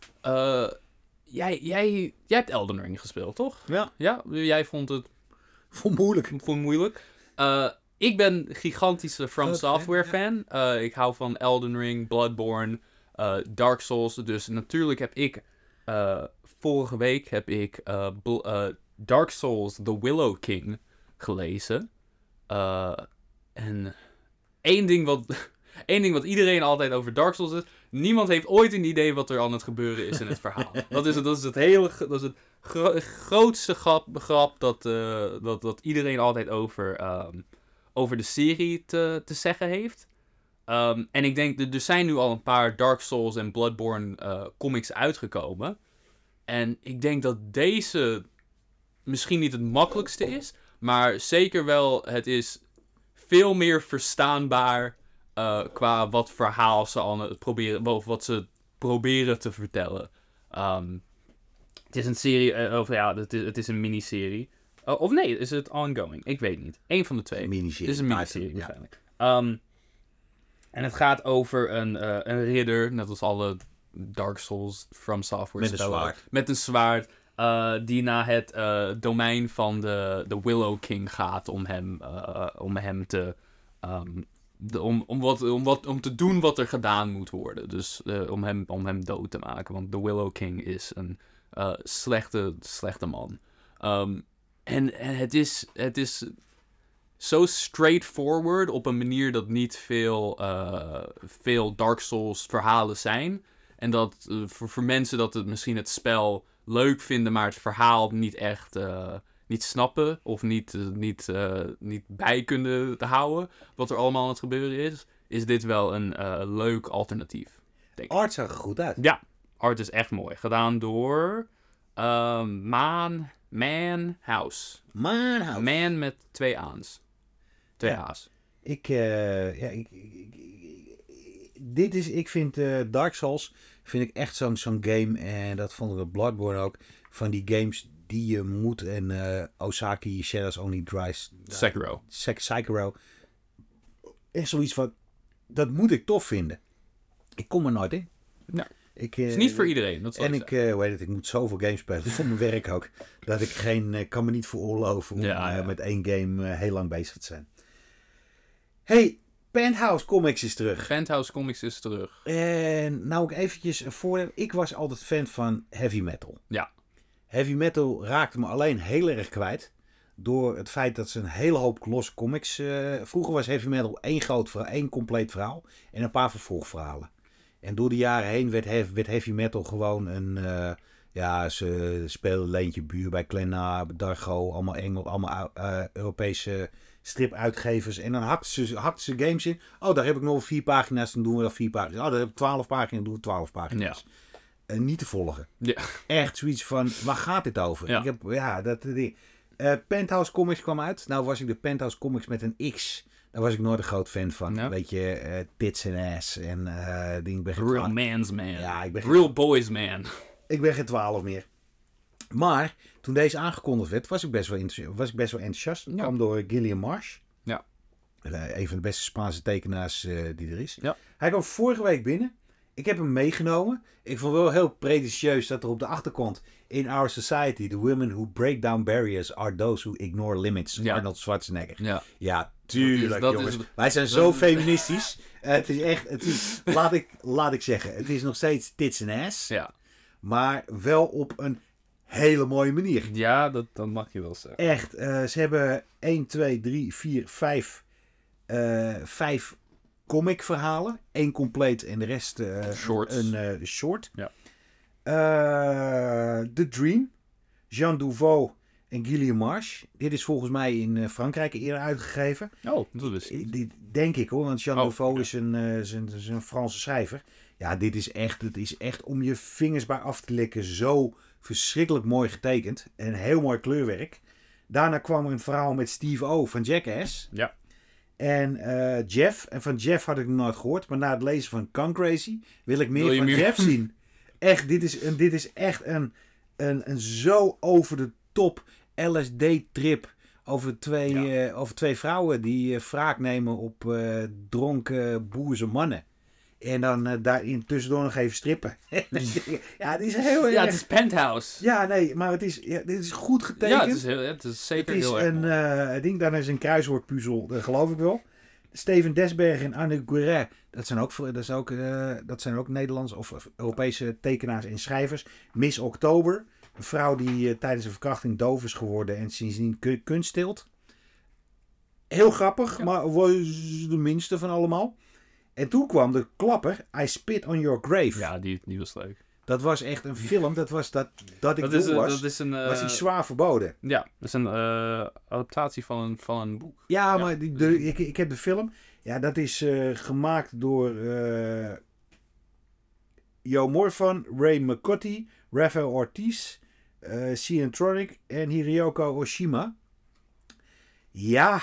Jij hebt Elden Ring gespeeld, toch? Ja. Ja? Jij vond het Moeilijk. moeilijk. Ik ben gigantische From Groot Software fan, fan. Ik hou van Elden Ring, Bloodborne, Dark Souls. Dus natuurlijk heb ik... vorige week heb ik Dark Souls The Willow King gelezen. En één ding wat iedereen altijd over Dark Souls is... Niemand heeft ooit een idee wat er aan het gebeuren is in het verhaal. Dat is het grootste grap dat iedereen altijd over de serie te zeggen heeft. En ik denk, er zijn nu al een paar Dark Souls en Bloodborne comics uitgekomen. En ik denk dat deze misschien niet het makkelijkste is, maar zeker wel, het is veel meer verstaanbaar qua wat verhaal ze aan het proberen, of wat ze proberen te vertellen. Het is een serie, het is een miniserie. Of nee, is het ongoing? Ik weet niet. Eén van de twee. Miniserie. Het is een miniserie Ja. waarschijnlijk. En het gaat over een ridder, net als alle Dark Souls From Software Met een zwaard. Met een zwaard. Die naar het domein van de Willow King gaat om hem te... om te doen wat er gedaan moet worden. Dus om hem dood te maken. Want de Willow King is een slechte man. En het is zo straightforward op een manier dat niet veel Dark Souls verhalen zijn. En dat voor mensen dat het misschien het spel leuk vinden, maar het verhaal niet echt niet snappen of niet bij kunnen houden wat er allemaal aan het gebeuren is dit wel een leuk alternatief. Denk ik. Art zag er goed uit. Ja, art is echt mooi. Gedaan door Man House. Man met 2 A's. 2 Ja. A's. Ik vind Dark Souls vind ik echt zo'n game. En dat vonden we Bloodborne ook. Van die games die je moet. En Osaki, Shadows Only Dies. Sekiro. Sekiro. Echt zoiets van... Dat moet ik tof vinden. Ik kom er nooit in. Ja. Het is niet voor iedereen. Dat zal En ik ik moet zoveel games spelen. Voor mijn werk ook. Dat ik kan me niet veroorloven om met één game heel lang bezig te zijn. Hey, Penthouse Comics is terug. Penthouse Comics is terug. En nou ik eventjes voor. Ik was altijd fan van heavy metal. Ja. Heavy metal raakte me alleen heel erg kwijt. Door het feit dat ze een hele hoop losse comics... vroeger was heavy metal één compleet verhaal. En een paar vervolgverhalen. En door de jaren heen werd heavy metal gewoon een... ze speelden Leentje Buur bij Klenna, Dargo, allemaal Europese stripuitgevers. En dan hakten ze games in. Oh, daar heb ik nog 4 pagina's, dan doen we dat 4 pagina's. Oh, daar heb ik 12 pagina's, dan doen we 12 pagina's. Ja. Niet te volgen. Ja. Echt zoiets van, waar gaat dit over? Ja. Penthouse Comics kwam uit. Nou was ik de Penthouse Comics met een X. Daar was ik nooit een groot fan van. Ja. Weet je, tits en ass. En Real man's man. Ja, Real boys man. Ik ben geen 12 meer. Maar toen deze aangekondigd werd, was ik best wel enthousiast. Dat kwam door Gillian Marsh. Ja. Een van de beste Spaanse tekenaars die er is. Ja. Hij kwam vorige week binnen. Ik heb hem meegenomen. Ik vond wel heel pretentieus dat er op de achterkant... In our society, the women who break down barriers are those who ignore limits. Ja. Arnold Schwarzenegger. Ja. Ja, tuurlijk Dat is- jongens. Wij zijn zo feministisch. Het is echt... laat ik zeggen. Het is nog steeds tits en ass. Ja. Maar wel op een hele mooie manier. Ja, dat mag je wel zeggen. Echt. Ze hebben 1, 2, 3, 4, 5 comic verhalen. 1 compleet en de rest Shorts. een short. Ja. The Dream. Jean Duveau en Guillaume March. Dit is volgens mij in Frankrijk eerder uitgegeven. Oh, dat wist ik. Dit denk ik hoor, want Jean Defoe ja. is een Franse schrijver. Ja, het is echt om je vingers bij af te likken. Zo verschrikkelijk mooi getekend. En heel mooi kleurwerk. Daarna kwam er een verhaal met Steve O van Jackass. Ja. En Jeff. En van Jeff had ik nog nooit gehoord. Maar na het lezen van Kung Crazy wil ik meer van Jeff zien. Echt, dit is echt een zo over de top LSD-trip over twee vrouwen die wraak nemen op dronken boerse mannen. En dan daarin tussendoor nog even strippen. Ja, het is heel erg. Ja, het is Penthouse. Ja, nee, maar dit is goed getekend. Ja, het is zeker het is heel erg. Ik denk dat is een kruiswoordpuzzel, dat geloof ik wel. Steven Desberg en Anne Guéret, dat zijn ook Nederlandse of Europese tekenaars en schrijvers. Miss Oktober, een vrouw die tijdens een verkrachting doof is geworden en sindsdien kunst steelt. Heel grappig, maar was de minste van allemaal. En toen kwam de klapper, I Spit on Your Grave. Ja, die was leuk. Dat was echt een film, dat was was die zwaar verboden. Ja, dat is een adaptatie van een boek. Ja, maar ik heb de film. Ja, dat is gemaakt door Joe Morvan, Ray McCutty, Rafael Ortiz, Cian Tronic en Hiroyoko Oshima. Ja,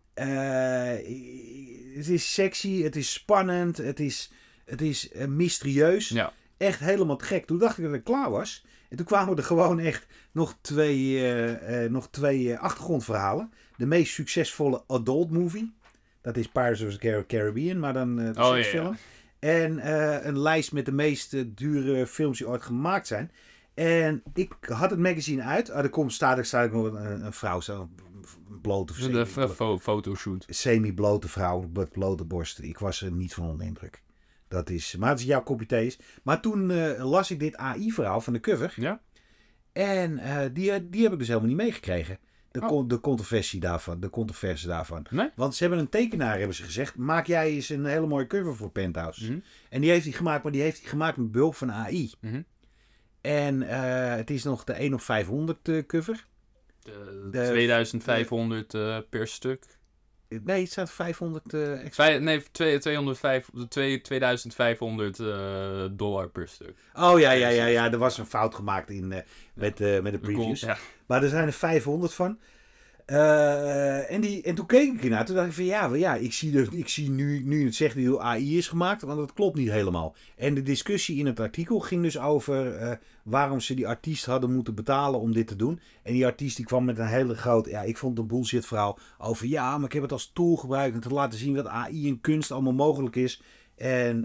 het is sexy, het is spannend, het is mysterieus. Ja. Echt helemaal te gek. Toen dacht ik dat ik klaar was. En toen kwamen er gewoon echt nog twee achtergrondverhalen. De meest succesvolle adult movie. Dat is Pirates of the Caribbean, maar dan de seksfilm. Ja. En een lijst met de meest dure films die ooit gemaakt zijn. En ik had het magazine uit. Staat ik nog een vrouw, zo'n blote de fotoshoot. Semi-blote vrouw met blote borsten. Ik was er niet van onder indruk. Maar het is jouw kopje thee. Maar toen las ik dit AI-verhaal van de cover. Ja. En die heb ik dus helemaal niet meegekregen. De controversie daarvan. Nee? Want ze hebben een tekenaar, hebben ze gezegd. Maak jij eens een hele mooie cover voor Penthouse. Mm-hmm. En die heeft hij gemaakt, maar die heeft hij gemaakt met behulp van AI. Mm-hmm. En het is nog de 1 op 500 cover. De 2500 per stuk. Nee, het staat 500... 2500 dollar per stuk. Oh ja. Er was een fout gemaakt met de previews. Ja. Maar er zijn er 500 van. En toen keek ik ernaar. Toen dacht ik van ik zie nu het zegt dat AI is gemaakt. Want dat klopt niet helemaal. En de discussie in het artikel ging dus over waarom ze die artiest hadden moeten betalen om dit te doen. En die artiest die kwam met een hele grote... Ja, ik vond het een bullshit verhaal over... Ja, maar ik heb het als tool gebruikt om te laten zien wat AI en kunst allemaal mogelijk is. En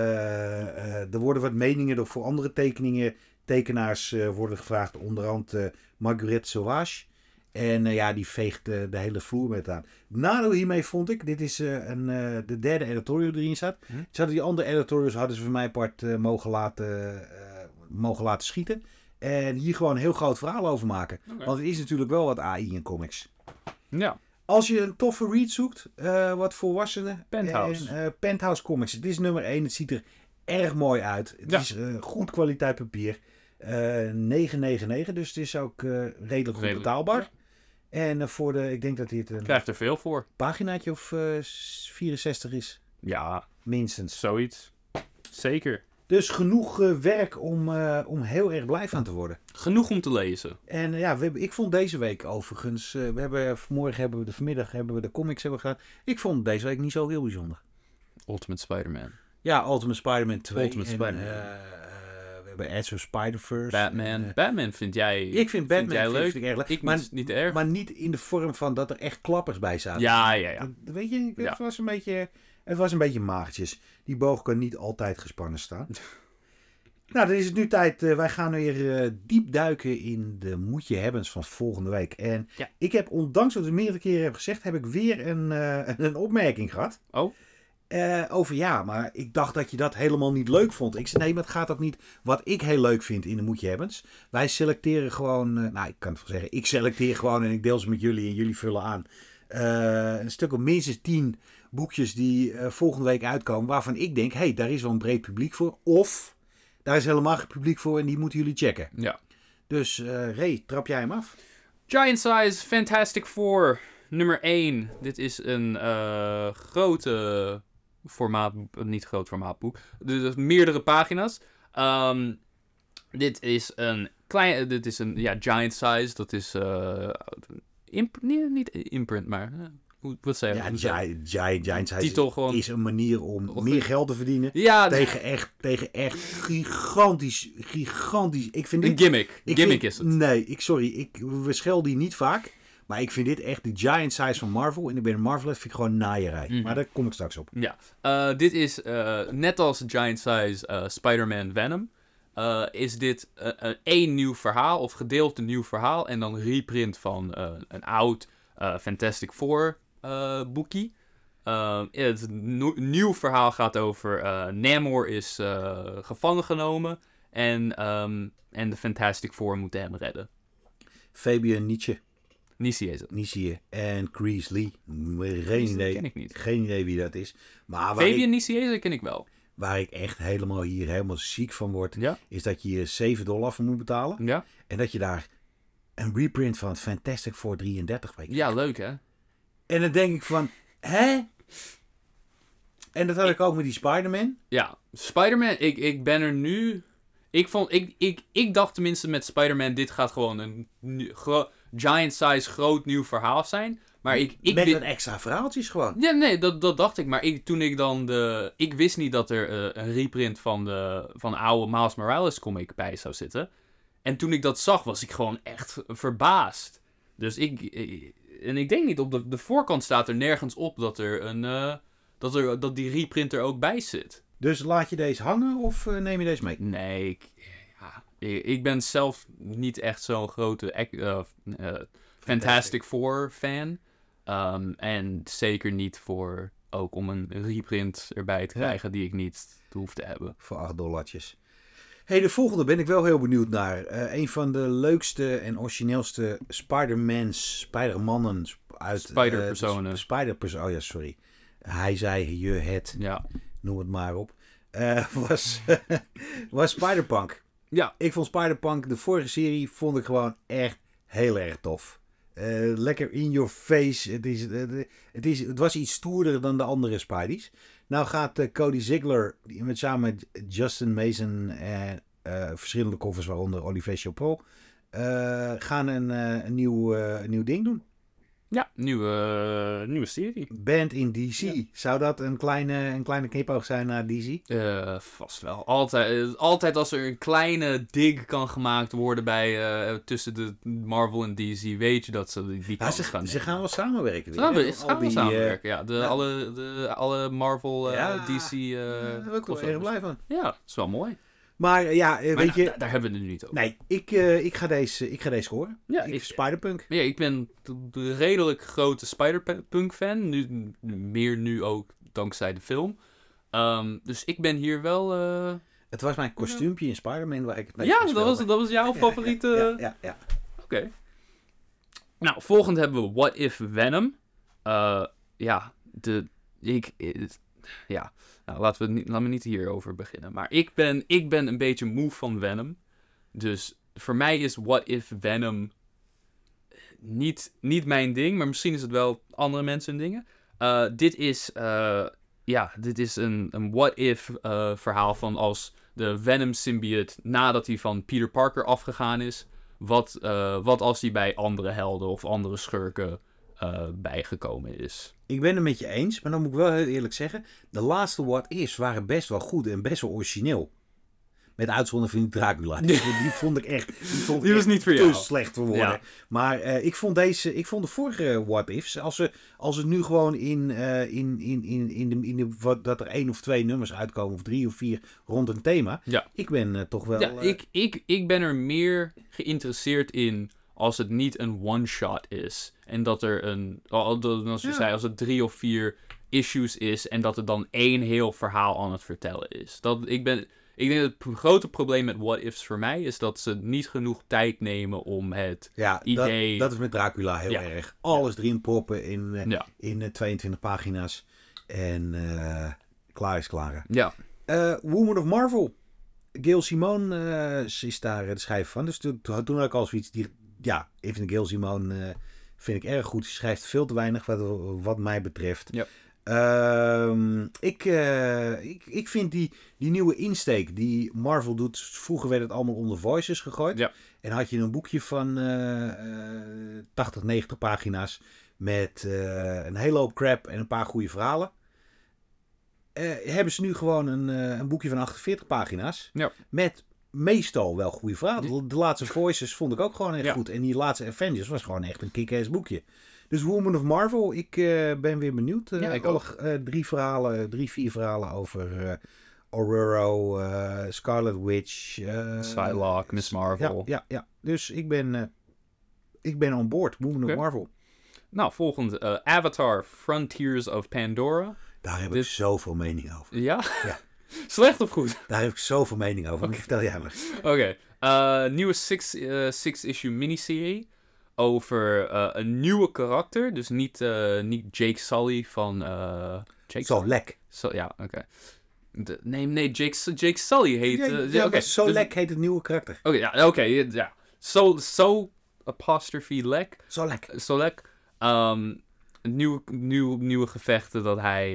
er worden wat meningen voor andere tekenaars worden gevraagd. Onder andere Marguerite Sauvage. En die veegt de hele vloer met aan. Nadeel hiermee vond ik, dit is de derde editorial die erin staat. Ze hadden die andere editorials hadden ze van mij apart mogen laten schieten. En hier gewoon een heel groot verhaal over maken. Okay. Want het is natuurlijk wel wat AI in comics. Ja. Als je een toffe read zoekt, wat volwassenen. Penthouse. Penthouse Comics. Het is nummer 1. Het ziet er erg mooi uit. Het is goed kwaliteit papier. $9,99. Dus het is ook redelijk goed betaalbaar. Ja. En ik denk dat dit een... Krijgt er veel voor. Paginaatje of 64 is. Ja. Minstens. Zoiets. Zeker. Dus genoeg werk om heel erg blij van te worden. Genoeg om te lezen. En ik vond deze week overigens... vanmiddag hebben we de comics gedaan. Ik vond deze week niet zo heel bijzonder. Ultimate Spider-Man. Ja, Ultimate Spider-Man 2. Ultimate Spider-Man. We hebben Edge of Spider-Verse. Batman. Batman vind jij... Ik vind Batman leuk. Ik erg leuk. Ik niet erg. Maar niet in de vorm van dat er echt klappers bij zaten. Ja. Dat, weet je, het was een beetje magertjes. Die boog kan niet altijd gespannen staan. Nou, dan is het nu tijd. Wij gaan weer diep duiken in de moet-je hebbens van volgende week. En ik heb, ondanks wat ik meerdere keren heb gezegd, heb ik weer een opmerking gehad. Oh? Maar ik dacht dat je dat helemaal niet leuk vond. Ik zei, nee, maar het gaat ook niet wat ik heel leuk vind in de moet-je hebbens. Wij selecteren gewoon, ik kan het wel zeggen, ik selecteer gewoon en ik deel ze met jullie en jullie vullen aan. Een stuk of minstens 10 boekjes die volgende week uitkomen, waarvan ik denk, daar is wel een breed publiek voor. Of, daar is helemaal geen publiek voor en die moeten jullie checken. Ja. Dus Ray, trap jij hem af? Giant Size Fantastic Four nummer 1. Dit is een grote formaat, niet groot formaatboek. Dus meerdere pagina's. Dit is een Giant Size. Dat is niet imprint, maar wat zei je? Ja, Giant Size titel gewoon is een manier om meer geld te verdienen. Ja, tegen echt gigantisch. Ik vind een gimmick is het. Nee, we schelden die niet vaak. Maar ik vind dit echt de Giant Size van Marvel. En ik ben een Marvel, vind ik gewoon naaierij. Mhm. Maar daar kom ik straks op. Ja, dit is net als Giant Size Spider-Man Venom. Is dit één nieuw verhaal of gedeelte nieuw verhaal. En dan reprint van een oud Fantastic Four boekie. Het nieuw verhaal gaat over Namor is gevangen genomen. En de Fantastic Four moeten hem redden. Fabian Nietzsche. Nietzsche en Chris Lee. Geen idee. Ken ik niet. Geen idee wie dat is. Maar Fabian Nietzsche ken ik wel. Waar ik echt helemaal ziek van word, Ja. is dat je hier $7 voor moet betalen. Ja? En dat je daar een reprint van Fantastic Four 33 bij krijgt. Ja, leuk hè? En dan denk ik van, hè? En dat had ik ook met die Spider-Man. Ja, Spider-Man, ik ben er nu... Ik dacht tenminste met Spider-Man, dit gaat gewoon een giant size groot nieuw verhaal zijn. Maar met wat extra verhaaltjes gewoon. Ja, nee, dat dacht ik. Maar ik wist niet dat er een reprint van de oude Miles Morales comic bij zou zitten. En toen ik dat zag, was ik gewoon echt verbaasd. Dus ik denk niet, op de voorkant staat er nergens op dat die reprint er ook bij zit. Dus laat je deze hangen of neem je deze mee? Nee, ik ben zelf niet echt zo'n grote Fantastic Four fan. En zeker niet om een reprint erbij te krijgen die ik niet hoef te hebben. Voor $8. Hey, de volgende ben ik wel heel benieuwd naar. Een van de leukste en origineelste Spider-Mannen uit... Spider-personen. Oh ja, sorry. Hij zei, je, het, noem het maar op. Was Spider-Punk. Ja. Ik vond Spider-Punk, de vorige serie, vond ik gewoon echt heel erg tof. Lekker in your face. Het was iets stoerder dan de andere Spideys. Nou gaat Cody Ziegler samen met Justin Mason en verschillende covers, waaronder Olivier Chapot, gaan een nieuw ding doen. Ja, nieuwe serie. Band in DC. Zou dat een kleine knipoog zijn naar DC? Vast wel. Altijd als er een kleine dig kan gemaakt worden tussen de Marvel en DC, weet je dat ze die kans gaan. Ze gaan wel samenwerken. Ze gaan wel samenwerken, ja. Alle Marvel, DC... daar ben ik wel erg blij van. Ja, dat is wel mooi. Maar weet je... Daar hebben we het nu niet over. Nee, ik ga deze scoren. Ja, Spider-Punk. Ja, ik ben een redelijk grote Spider-Punk fan. Nu ook dankzij de film. Dus ik ben hier wel... Het was mijn kostuumpje in Spider-Man waar ik het mee dat was jouw favoriete... Ja. Oké. Nou, volgend hebben we What If Venom. Nou, laten we niet hierover beginnen. Maar ik ben een beetje moe van Venom. Dus voor mij is What If Venom niet mijn ding. Maar misschien is het wel andere mensen dingen. Dit is een What If verhaal van als de Venom symbiote nadat hij van Peter Parker afgegaan is. Wat als hij bij andere helden of andere schurken bijgekomen is. Ik ben het met je eens, maar dan moet ik wel heel eerlijk zeggen, de laatste What Ifs waren best wel goed en best wel origineel. Met uitzondering van die Dracula. Die vond ik echt Die was niet voor jou. Te slecht voor woorden. Ja. Maar ik vond de vorige What Ifs, als het nu gewoon dat er 1 of 2 nummers uitkomen, of 3 of 4 rond een thema. Ja. Ik ben toch wel... Ja, ik ben er meer geïnteresseerd in als het niet een one-shot is. En dat er als het 3 of 4 issues is en dat er dan 1 heel verhaal aan het vertellen is. Ik denk dat het grote probleem met What Ifs voor mij is dat ze niet genoeg tijd nemen om het idee... Dat is met Dracula heel erg. Alles erin proppen in 22 pagina's. En klaar is klaar. Ja. Woman of Marvel. Gail Simone is daar de schrijver van. Dus toen had ik al zoiets... ja, Evan Gil Simone vind ik erg goed. Hij schrijft veel te weinig wat mij betreft. Ja. Ik vind die nieuwe insteek die Marvel doet. Vroeger werd het allemaal onder Voices gegooid. Ja. En had je een boekje van 80, 90 pagina's. Met een hele hoop crap en een paar goede verhalen. Hebben ze nu gewoon een boekje van 48 pagina's. Ja. Met meestal wel goede verhalen. De laatste Voices vond ik ook gewoon echt goed. En die laatste Avengers was gewoon echt een kick-ass boekje. Dus Woman of Marvel, ik ben weer benieuwd. Ik alle ook. 3-4 verhalen over Aurora, Scarlet Witch. Psylocke, Miss Marvel. Ja. Dus ik ben on board. Woman of Marvel. Nou, volgend. Avatar, Frontiers of Pandora. Daar heb ik zoveel mening over. Ja? Ja. Slecht of goed? Daar heb ik zoveel mening over. Okay. Vertel jij maar. Oké. Nieuwe six-issue miniserie. Over een nieuwe karakter. Dus niet Jake Sully van... Solek. Ja, oké. Nee, Jake Sully heet... Solek heet het nieuwe karakter. Oké. So apostrophe Lek. Solek. Nieuwe gevechten dat hij...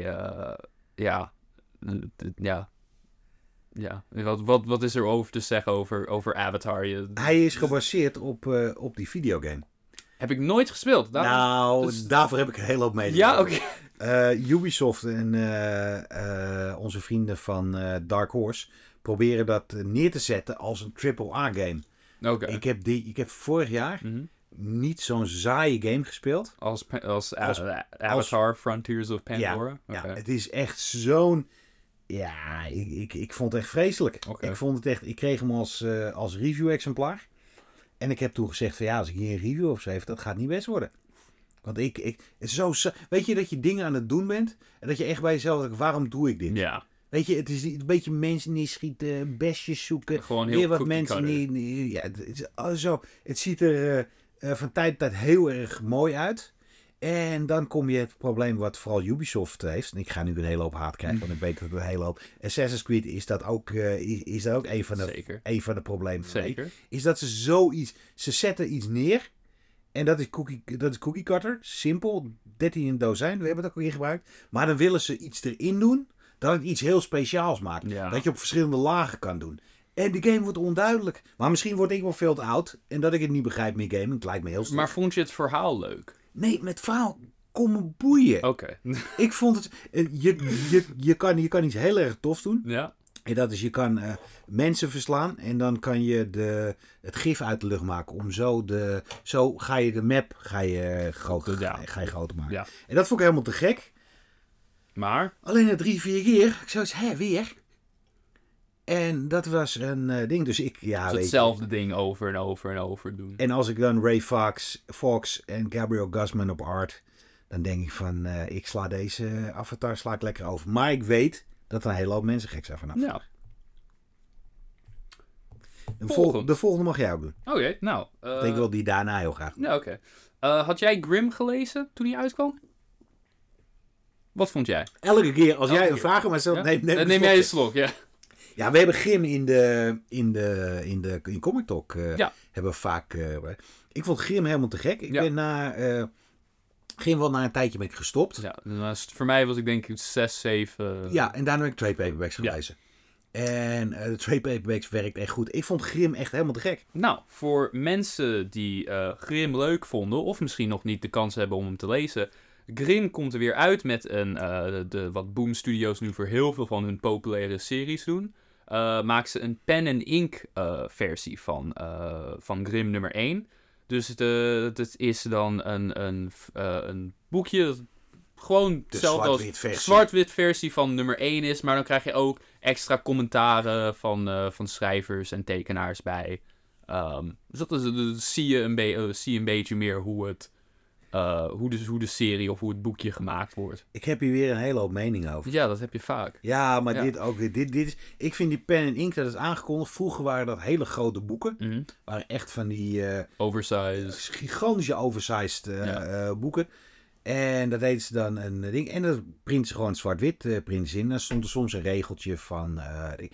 Wat is er over te zeggen over Avatar? Hij is gebaseerd op die videogame. Heb ik nooit gespeeld. Daarvoor heb ik een hele hoop mening. Ja, oké. Ubisoft en onze vrienden van Dark Horse proberen dat neer te zetten als een AAA-game. Oké. Ik heb vorig jaar niet zo'n saaie game gespeeld. Als Avatar, Frontiers of Pandora? Ja, het is echt zo'n... Ja, ik vond het echt vreselijk. Okay. Ik kreeg hem als review-exemplaar. En ik heb toen gezegd van als ik hier een review op schreef, dat gaat niet best worden. Want weet je dat je dingen aan het doen bent en dat je echt bij jezelf denkt, waarom doe ik dit? Ja. Weet je, het is een beetje mensen neerschieten, bestjes zoeken. Gewoon heel weer wat mensen het ziet er van tijd tot tijd heel erg mooi uit. En dan kom je het probleem wat vooral Ubisoft heeft. En ik ga nu een hele hoop haat krijgen, want ik weet dat het een hele hoop... Assassin's Creed is dat ook een van de problemen. Zeker. Is dat ze zoiets... Ze zetten iets neer. En dat is cookie cutter. Simpel. 13 in een dozijn. We hebben het ook weer gebruikt. Maar dan willen ze iets erin doen. Dat het iets heel speciaals maakt. Ja. Dat je op verschillende lagen kan doen. En de game wordt onduidelijk. Maar misschien word ik wel veel te oud. En dat ik het niet begrijp meer gamen. Het lijkt me heel stom. Maar vond je het verhaal leuk? Nee, met verhaal kom me boeien. Oké. Ik vond het... Je kan iets heel erg tof doen. Ja. En dat is, je kan mensen verslaan. En dan kan je het gif uit de lucht maken. Om zo ga je de map groter maken. Ja. En dat vond ik helemaal te gek. Maar? Alleen na 3-4 keer. Ik zoiets, weer? En dat was een ding. Dus hetzelfde ding over en over doen. En als ik dan Ray Fox en Gabriel Guzman op art... Dan denk ik van, ik sla deze Avatar lekker over. Maar ik weet dat er een hele hoop mensen gek zijn vanaf. Ja. De volgende mag jij ook doen. Oké, nou. Ik wil die daarna heel graag doen. Ja, oké. Had jij Grimm gelezen toen hij uitkwam? Wat vond jij? Elke keer als jij een vraag aan mij stelt, neem jij een slok, ja. Ja, we hebben Grimm in Comic Talk hebben we vaak... ik vond Grimm helemaal te gek. Ik ben Grimm wel na een tijdje ben ik gestopt. Ja, voor mij was ik denk ik 6, 7... Ja, en daarna heb ik trade paperbacks gelezen. Ja. En de trade paperbacks werkt echt goed. Ik vond Grimm echt helemaal te gek. Nou, voor mensen die Grimm leuk vonden, of misschien nog niet de kans hebben om hem te lezen... Grimm komt er weer uit met wat Boom Studios nu voor heel veel van hun populaire series doen. Maakt ze een pen en ink versie van Grimm nummer 1. Dus het is dan een boekje, gewoon hetzelfde als zwart-wit versie van nummer 1 is. Maar dan krijg je ook extra commentaren van schrijvers en tekenaars bij. Dus dat zie je een beetje meer hoe de serie of hoe het boekje gemaakt wordt. Ik heb hier weer een hele hoop mening over. Ja, dat heb je vaak. Ja, maar dit ook weer. Dit is, ik vind die pen en ink, dat is aangekondigd. Vroeger waren dat hele grote boeken. Mm-hmm. Waren echt van die... oversized. Gigantische oversized boeken. En dat deden ze dan een ding. En dat printen ze gewoon zwart-wit in. Dan stond er soms een regeltje van...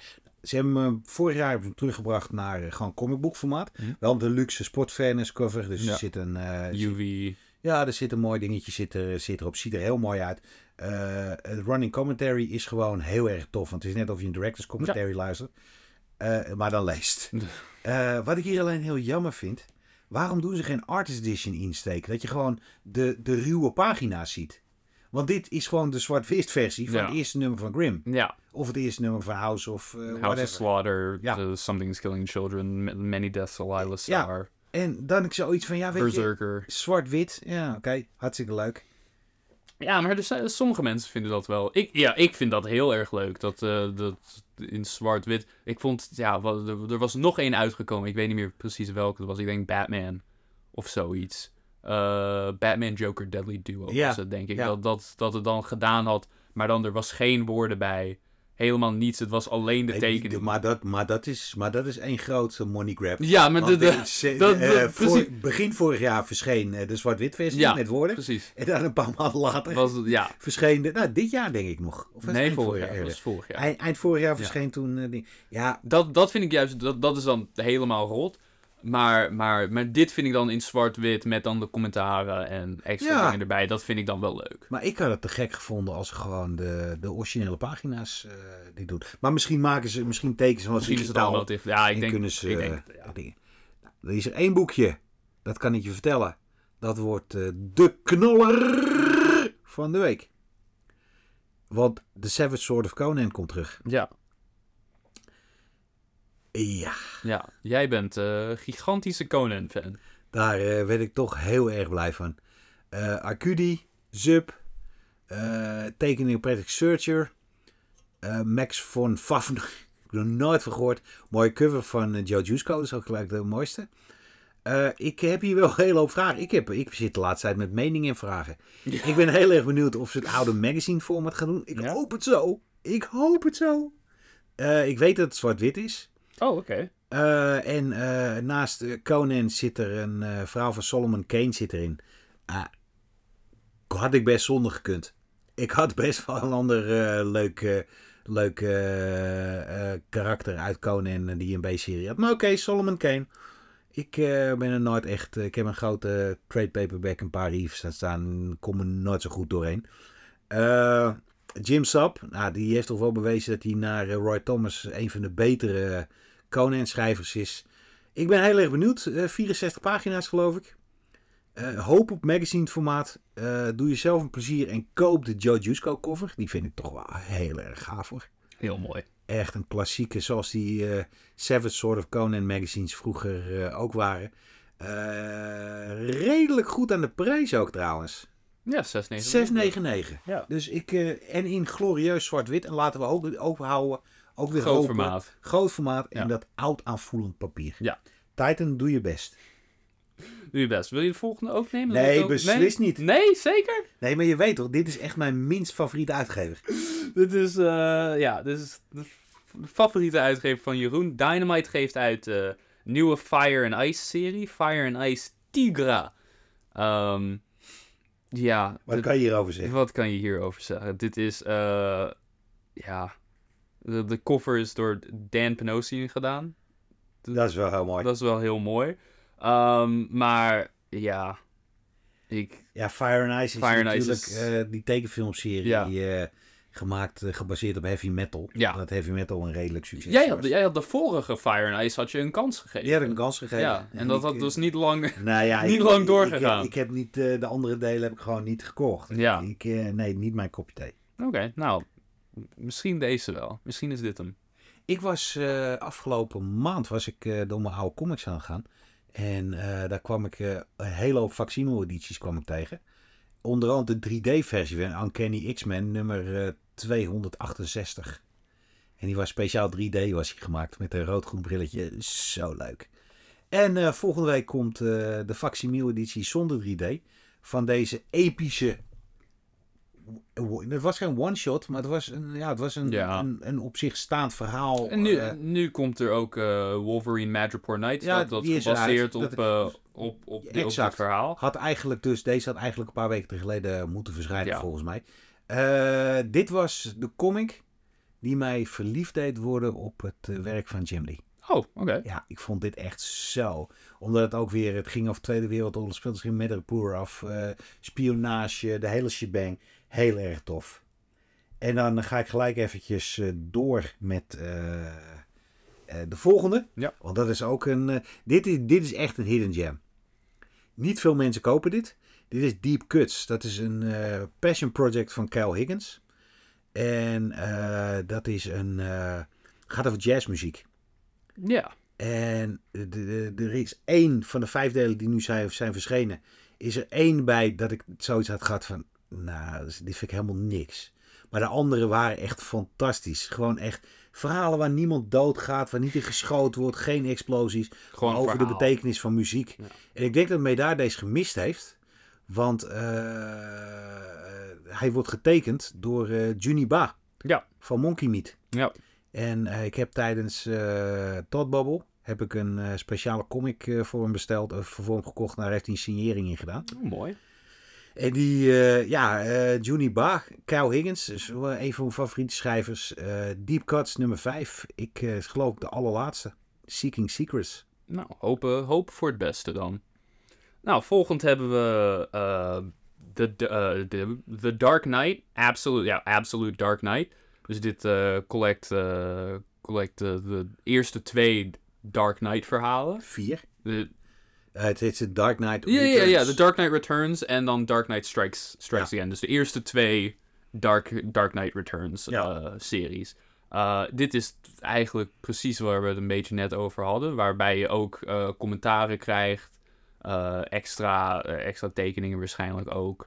Ze hebben hem vorig jaar teruggebracht naar gewoon comicboekformaat. Wel de luxe sportfairness cover. Dus er zit een... UV. Ja, er zit een mooi dingetje zit erop. Ziet er heel mooi uit. Het running commentary is gewoon heel erg tof. Want het is net of je een director's commentary luistert. Maar dan leest. Wat ik hier alleen heel jammer vind. Waarom doen ze geen artist edition insteken? Dat je gewoon de ruwe pagina's ziet. Want dit is gewoon de zwart-wit versie van het eerste nummer van Grimm. Ja. Of het eerste nummer van House of House of Slaughter, Something's Killing Children, Many Deaths, Lila Star. Ja. En dan ik zoiets van, weet Berserker. je, zwart-wit. Ja, oké. Hartstikke leuk. Ja, maar sommige mensen vinden dat wel. Ik vind dat heel erg leuk. Dat in zwart-wit. Ik vond, er was nog één uitgekomen. Ik weet niet meer precies welke het was. Ik denk Batman of zoiets. Batman Joker Deadly Duo was het, denk ik. Ja. Dat het dan gedaan had. Maar dan er was geen woorden bij. Helemaal niets. Het was alleen de tekening. Maar dat is één grote money grab. Ja, maar begin vorig jaar verscheen de zwart-wit versie met woorden. Precies. En dan een paar maanden later verscheen dit jaar denk ik nog. Of vorig jaar. Eind vorig jaar verscheen toen... Dat vind ik juist, dat is dan helemaal rot. Maar dit vind ik dan in zwart-wit met dan de commentaren en extra dingen erbij. Dat vind ik dan wel leuk. Maar ik had het te gek gevonden als ze gewoon de originele pagina's die doen. Maar misschien tekenen ze wat misschien is het allemaal dicht. Ja, ik denk dingen. Er is er één boekje. Dat kan ik je vertellen. Dat wordt de knaller van de week. Want The Savage Sword of Conan komt terug. Ja. Ja, jij bent gigantische Conan-fan. Daar werd ik toch heel erg blij van. Arcudi, Zub, tekening Patrick Searcher, Max von Pfaffen, ik heb er nooit van gehoord. Mooie cover van Joe Jusko, dat is ook gelijk de mooiste. Ik heb hier wel een hele hoop vragen. Ik zit de laatste tijd met meningen en vragen. Ja. Ik ben heel erg benieuwd of ze het oude magazine format gaan doen. Ik hoop het zo. Ik weet dat het zwart-wit is. Oh, oké. En naast Conan zit er een vrouw van Solomon Kane zit erin. Had ik best zonder gekund. Ik had best wel een ander leuk karakter uit Conan die een B-serie had. Maar oké, Solomon Kane. Ik ben er nooit echt... Ik heb een grote trade paperback, een paar reefs staan. Kom er nooit zo goed doorheen. Jim Sap, die heeft toch wel bewezen dat hij naar Roy Thomas een van de betere Conan-schrijvers is. Ik ben heel erg benieuwd. 64 pagina's geloof ik. Hoop op magazine formaat. Doe jezelf een plezier en koop de Joe Jusko cover. Die vind ik toch wel heel erg gaaf hoor. Heel mooi. Echt een klassieke zoals die Savage Sword of Conan magazines vroeger ook waren. Redelijk goed aan de prijs ook trouwens. Ja, 6,99. Ja. Dus en in glorieus zwart-wit. En laten we ook houden. Ook weer groot formaat. Groot formaat en dat oud aanvoelend papier. Ja. Titan, doe je best. Doe je best. Wil je de volgende ook nemen? Nee, beslist niet. Nee, zeker? Nee, maar je weet toch, dit is echt mijn minst favoriete uitgever. Dit is de favoriete uitgever van Jeroen. Dynamite geeft uit nieuwe Fire and Ice serie. Fire and Ice Tigra. Wat kan je hierover zeggen? Wat kan je hierover zeggen? Dit is, de cover is door Dan Panosian gedaan. Dat is wel heel mooi. Dat is wel heel mooi. Maar ja, Fire and Ice is natuurlijk die tekenfilmserie gebaseerd op heavy metal. Ja. Dat heavy metal een redelijk succes was. Jij had de vorige Fire and Ice had je een kans gegeven. Die had ik een kans gegeven. Ja, en dat had dus niet lang, niet lang doorgegaan. Ik heb niet, de andere delen heb ik gewoon niet gekocht. Ja. Nee, niet mijn kopje thee. Oké, nou, misschien deze wel. Misschien is dit hem. Ik was afgelopen maand door mijn oude comics aan gaan. En daar kwam ik een hele hoop facsimile-edities tegen. Onder andere de 3D-versie van Uncanny X-Men nummer 268. En die was speciaal 3D was hij gemaakt met een rood-groen brilletje. Zo leuk. En volgende week komt de facsimile-editie zonder 3D van deze epische... Het was geen one-shot, maar het was een op zich staand verhaal. En nu komt er ook Wolverine Madripoor Nights. Dat is gebaseerd op dit verhaal. Deze had eigenlijk een paar weken geleden moeten verschijnen, volgens mij. Dit was de comic die mij verliefd deed worden op het werk van Jim Lee. Oh, oké. Ja, ik vond dit echt zo. Omdat het ook weer, het ging over Tweede Wereldoorlog, speelde zich met Rapport af, spionage, de hele shebang. Heel erg tof. En dan ga ik gelijk eventjes door met de volgende. Ja. Want dat is ook een, dit is echt een hidden gem. Niet veel mensen kopen dit. Dit is Deep Cuts. Dat is een passion project van Kyle Higgins. En dat is gaat over jazzmuziek. Ja. En er is 1 van de 5 delen die nu zijn verschenen. Is er 1 bij dat ik zoiets had gehad van, nou, dit vind ik helemaal niks. Maar de andere waren echt fantastisch. Gewoon echt verhalen waar niemand doodgaat, waar niet in geschoten wordt, geen explosies. Gewoon over verhaal. de betekenis van muziek. Ja. En ik denk dat Medaar deze gemist heeft. Want hij wordt getekend door Juni Ba Ja. van Monkey Meat. Ja. En ik heb tijdens Thought Bubble heb ik een speciale comic voor hem besteld. Voor hem gekocht. Daar heeft hij een signering in gedaan. Oh, mooi. En die, Juni Ba, Kyle Higgins, is wel een van mijn favoriete schrijvers. Deep Cuts nummer 5. Ik geloof de allerlaatste. Seeking Secrets. Nou, hopen voor het beste dan. Nou, volgend hebben we The Dark Knight. Absolute Dark Knight. Dus dit collect de eerste 2 Dark Knight verhalen. 4. De, Het heet The Dark Knight Returns. Ja, The Dark Knight Returns en dan Dark Knight Strikes Again. Dus de eerste 2 Dark Knight Returns series. Dit is eigenlijk precies waar we het een beetje net over hadden. Waarbij je ook commentaren krijgt. Extra tekeningen waarschijnlijk ook.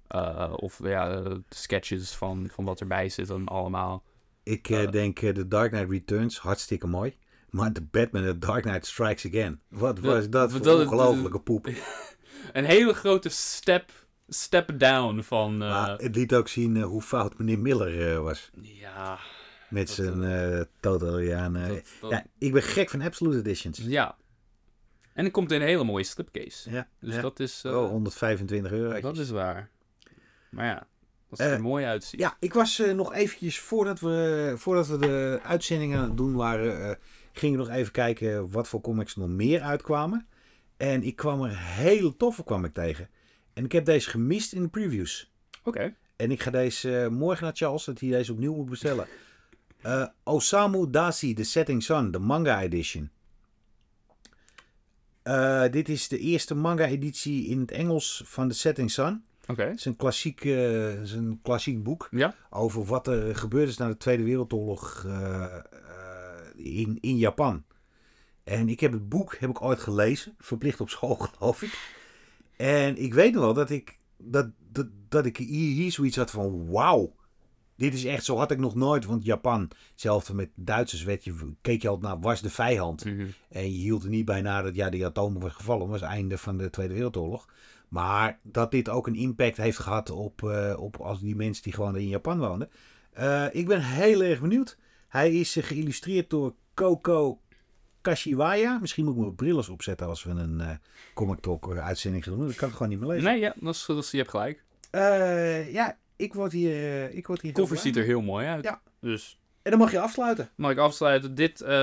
Sketches van wat erbij zit en allemaal. Ik denk The Dark Knight Returns, hartstikke mooi. Maar de Batman The Dark Knight Strikes Again. Wat was dat voor ongelofelijke poep. Een hele grote step down van... Maar het liet ook zien hoe fout meneer Miller was. Ja. Met zijn Totaliaan. Ja, ik ben gek van Absolute Editions. Ja. En het komt in een hele mooie slipcase. Ja, dus dat is... €125. Dat is waar. Maar ja, als het er mooi uitziet. Ja, ik was nog eventjes, voordat we de uitzendingen aan het doen waren, gingen we nog even kijken wat voor comics er nog meer uitkwamen. En ik kwam er hele toffe tegen. En ik heb deze gemist in de previews. Oké. En ik ga deze morgen naar Charles, dat hij deze opnieuw moet bestellen. Osamu Dazai, The Setting Sun, de manga edition. Dit is de eerste manga editie in het Engels van The Setting Sun. Oké. Het is een klassiek boek Ja? over wat er gebeurd is na de Tweede Wereldoorlog in Japan. En ik heb het boek ooit gelezen, verplicht op school geloof ik. En ik weet nog wel dat ik hier zoiets had van wauw. Dit is echt, zo had ik nog nooit, want Japan, hetzelfde met Duitsers, keek je altijd naar, was de vijand. Mm-hmm. En je hield er niet bij na dat die atomen was gevallen, was het einde van de Tweede Wereldoorlog. Maar dat dit ook een impact heeft gehad op als die mensen die gewoon in Japan woonden. Ik ben heel erg benieuwd. Hij is geïllustreerd door Koko Kashiwaya. Misschien moet ik mijn bril eens opzetten als we een Comic Talk uitzending gaan doen. Dat kan ik gewoon niet meer lezen. Nee, ja, je hebt gelijk. Ik word hier De cover ziet er heel mooi uit. Ja. Dus. En dan mag je afsluiten. Mag ik afsluiten?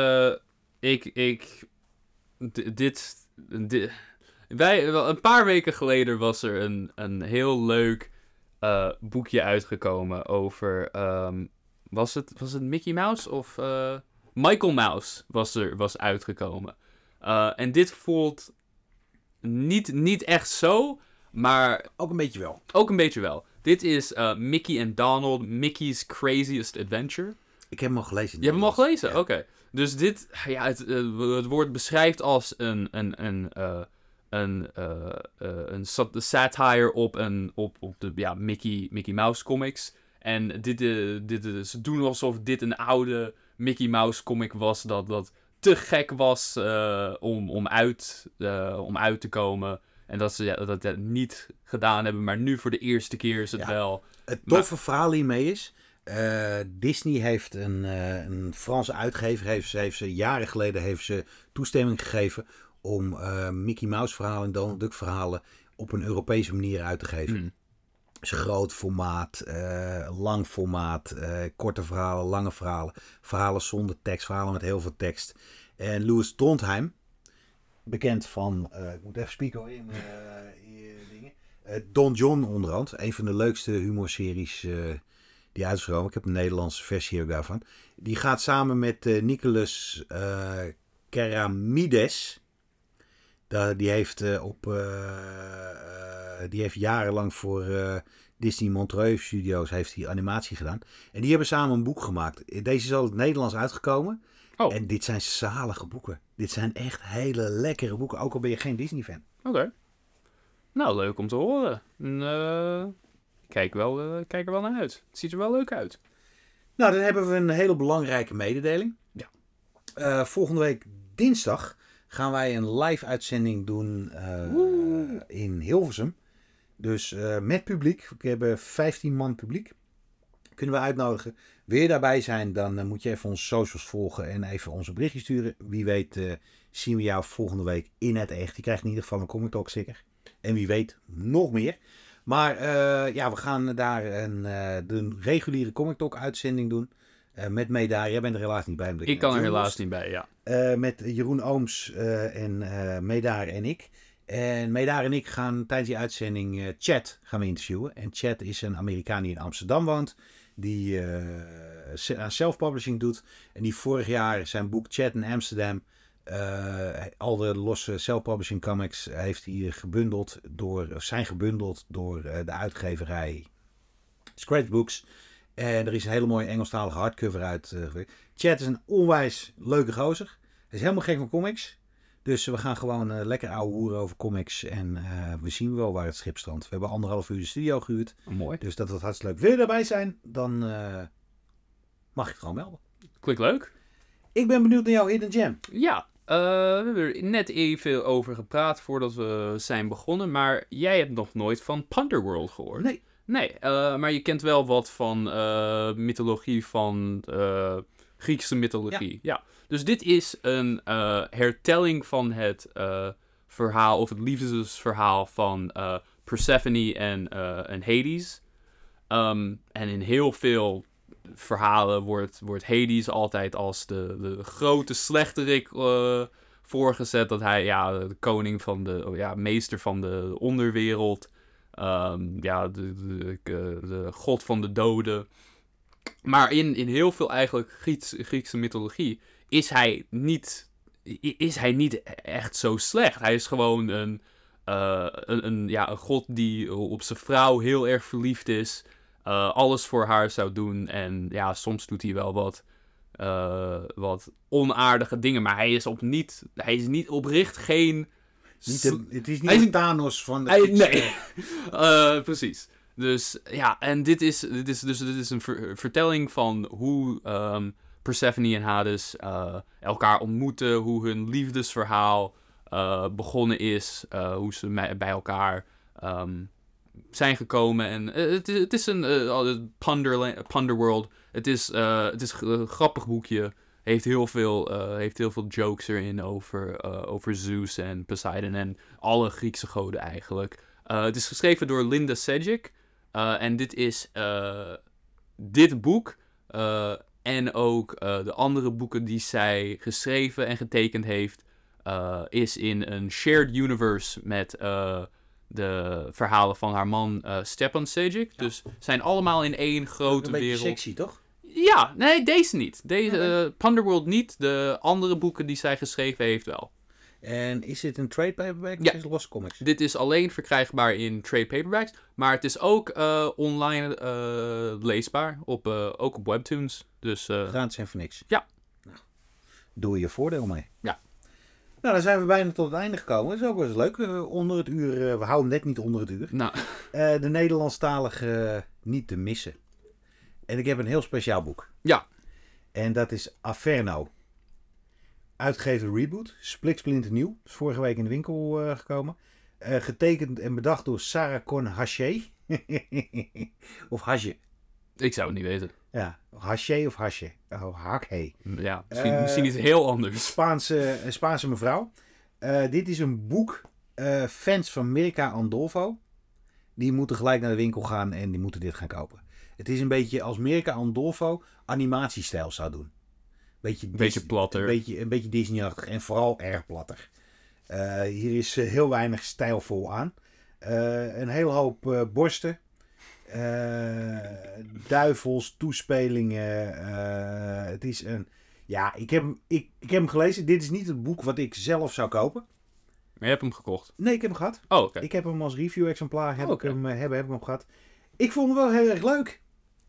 Een paar weken geleden was er een heel leuk boekje uitgekomen over... was het Mickey Mouse of... Michael Mouse was uitgekomen. En dit voelt niet echt zo, maar... Ook een beetje wel. Ook een beetje wel. Dit is Mickey and Donald, Mickey's Craziest Adventure. Ik heb hem al gelezen. Je hebt hem al gelezen? Ja. Oké. Dus dit, het woord beschrijft als een satire op de Mickey Mouse comics. En ze doen alsof dit een oude Mickey Mouse comic was dat te gek was om uit te komen. En dat ze dat niet gedaan hebben, maar nu voor de eerste keer is het wel. Het toffe verhaal hiermee is, Disney heeft een Franse uitgever, heeft ze jaren geleden toestemming gegeven om Mickey Mouse verhalen en Donald Duck verhalen op een Europese manier uit te geven. Dus groot formaat, lang formaat, korte verhalen, lange verhalen. Verhalen zonder tekst, verhalen met heel veel tekst. En Louis Trondheim, bekend van, ik moet even spieken hoor, in dingen. Don John onderhand, een van de leukste humorseries die uit is gekomen. Ik heb een Nederlandse versie ook daarvan. Die gaat samen met Nicolas Keramides. Die heeft jarenlang voor Disney Montreux Studios heeft hij animatie gedaan. En die hebben samen een boek gemaakt. Deze is al in het Nederlands uitgekomen. Oh. En dit zijn zalige boeken. Dit zijn echt hele lekkere boeken. Ook al ben je geen Disney fan. Oké. Nou, leuk om te horen. Kijk er wel naar uit. Het ziet er wel leuk uit. Nou, dan hebben we een hele belangrijke mededeling. Ja. Volgende week dinsdag gaan wij een live uitzending doen in Hilversum. Dus met publiek. We hebben 15 man publiek. Kunnen we uitnodigen. Wil je daarbij zijn, dan moet je even onze socials volgen en even onze berichtje sturen. Wie weet zien we jou volgende week in het echt. Je krijgt in ieder geval een Comic Talk sticker. En wie weet nog meer. Maar we gaan daar de reguliere Comic Talk uitzending doen. Met Medaar. Jij bent er helaas niet bij. Ik kan er helaas niet bij, ja. Met Jeroen Ooms en Medaar en ik. En Medaar en ik gaan tijdens die uitzending Chad gaan we interviewen. En Chad is een Amerikaan die in Amsterdam woont. Die aan self-publishing doet. En die vorig jaar zijn boek Chad in Amsterdam. Al de losse self-publishing comics heeft hij zijn gebundeld door de uitgeverij Scratchbooks. En er is een hele mooie Engelstalige hardcover uit. Chad is een onwijs leuke gozer. Hij is helemaal gek van comics. Dus we gaan gewoon lekker ouwe hoeren over comics. En we zien wel waar het schip strandt. We hebben 1,5 uur de studio gehuurd. Mooi. Dus dat wordt hartstikke leuk. Wil je daarbij zijn, dan mag je het gewoon melden. Klinkt leuk. Ik ben benieuwd naar jouw Hidden Gem. Ja, we hebben er net even over gepraat voordat we zijn begonnen. Maar jij hebt nog nooit van Punderworld gehoord. Nee. Nee, maar je kent wel wat van mythologie van Griekse mythologie. Ja. Dus dit is een hertelling van het verhaal, of het liefdesverhaal van Persephone en Hades. En in heel veel verhalen wordt Hades altijd als de grote slechterik voorgezet. Dat hij de koning van meester van de onderwereld. De god van de doden. Maar in heel veel eigenlijk Griekse mythologie is hij niet echt zo slecht. Hij is gewoon een god die op zijn vrouw heel erg verliefd is. Alles voor haar zou doen. En ja, soms doet hij wel wat onaardige dingen. Maar hij is niet oprecht geen... Het is niet een Thanos van de... Nee, precies. Dus ja, en dit is een vertelling van hoe Persephone en Hades elkaar ontmoeten, hoe hun liefdesverhaal begonnen is, hoe ze bij elkaar zijn gekomen. En het is een Punderworld. Het is een grappig boekje. Heeft heel veel jokes erin over Zeus en Poseidon en alle Griekse goden eigenlijk. Het is geschreven door Linda Sejic. En dit is dit boek en ook de andere boeken die zij geschreven en getekend heeft, is in een shared universe met de verhalen van haar man Stepan Sejic. Ja. Dus zijn allemaal in één grote wereld. Een beetje sexy, toch? Ja, nee, deze niet. Punderworld niet. De andere boeken die zij geschreven heeft wel. En is dit een trade paperback of is het losse comics? Dit is alleen verkrijgbaar in trade paperbacks. Maar het is ook online leesbaar. Ook op Webtoons. Dus, gratis en voor niks. Ja. Nou, doe je voordeel mee. Ja. Nou, dan zijn we bijna tot het einde gekomen. Dat is ook wel eens leuk. Onder het uur. We houden net niet onder het uur. Nou. De Nederlandstalige niet te missen. En ik heb een heel speciaal boek. Ja. En dat is Averno. Uitgever Reboot. Splinternieuw. Is vorige week in de winkel gekomen. Getekend en bedacht door Sarah Con Haché. Of Hasje. Ik zou het niet weten. Ja, Haché of Hasje. Oh, Haké. Ja, misschien iets heel anders. Spaanse mevrouw. Dit is een boek. Fans van Mirka Andolfo. die moeten gelijk naar de winkel gaan en die moeten dit gaan kopen. Het is een beetje als Mirka Andolfo animatiestijl zou doen. Beetje platter. Een beetje Disney-achtig en vooral erg platter. Hier is heel weinig stijlvol aan. Een hele hoop borsten. Duivels, toespelingen. Het is een... Ja, ik heb hem gelezen. Dit is niet het boek wat ik zelf zou kopen. Maar je hebt hem gekocht? Nee, ik heb hem gehad. Oh, oké. Ik heb hem als review-exemplaar. Heb ik hem gehad. Ik vond hem wel heel erg leuk.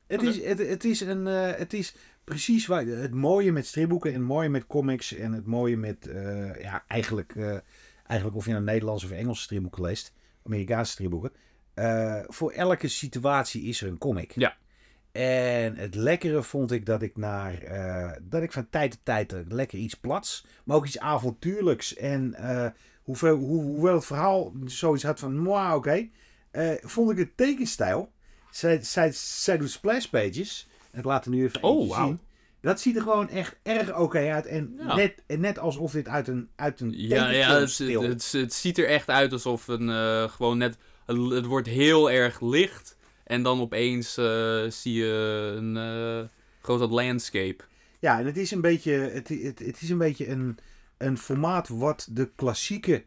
Het is precies waar, het mooie met stripboeken en het mooie met comics en het mooie met eigenlijk of je een Nederlandse of Engelse stripboeken leest, Amerikaanse stripboeken. Voor elke situatie is er een comic. Ja. En het lekkere vond ik dat ik van tijd tot tijd lekker iets plats, maar ook iets avontuurlijks. En hoewel het verhaal zoiets had van, oké, vond ik het tekenstijl. Zij doet splash pages. Ik laat er nu even zien. Dat ziet er gewoon echt erg oké uit. En net alsof dit uit een tekenfilm stil. Het ziet er echt uit alsof gewoon net... Het wordt heel erg licht. En dan opeens zie je een grote landscape. Ja, en het is een beetje... Het is een beetje een formaat wat de klassieke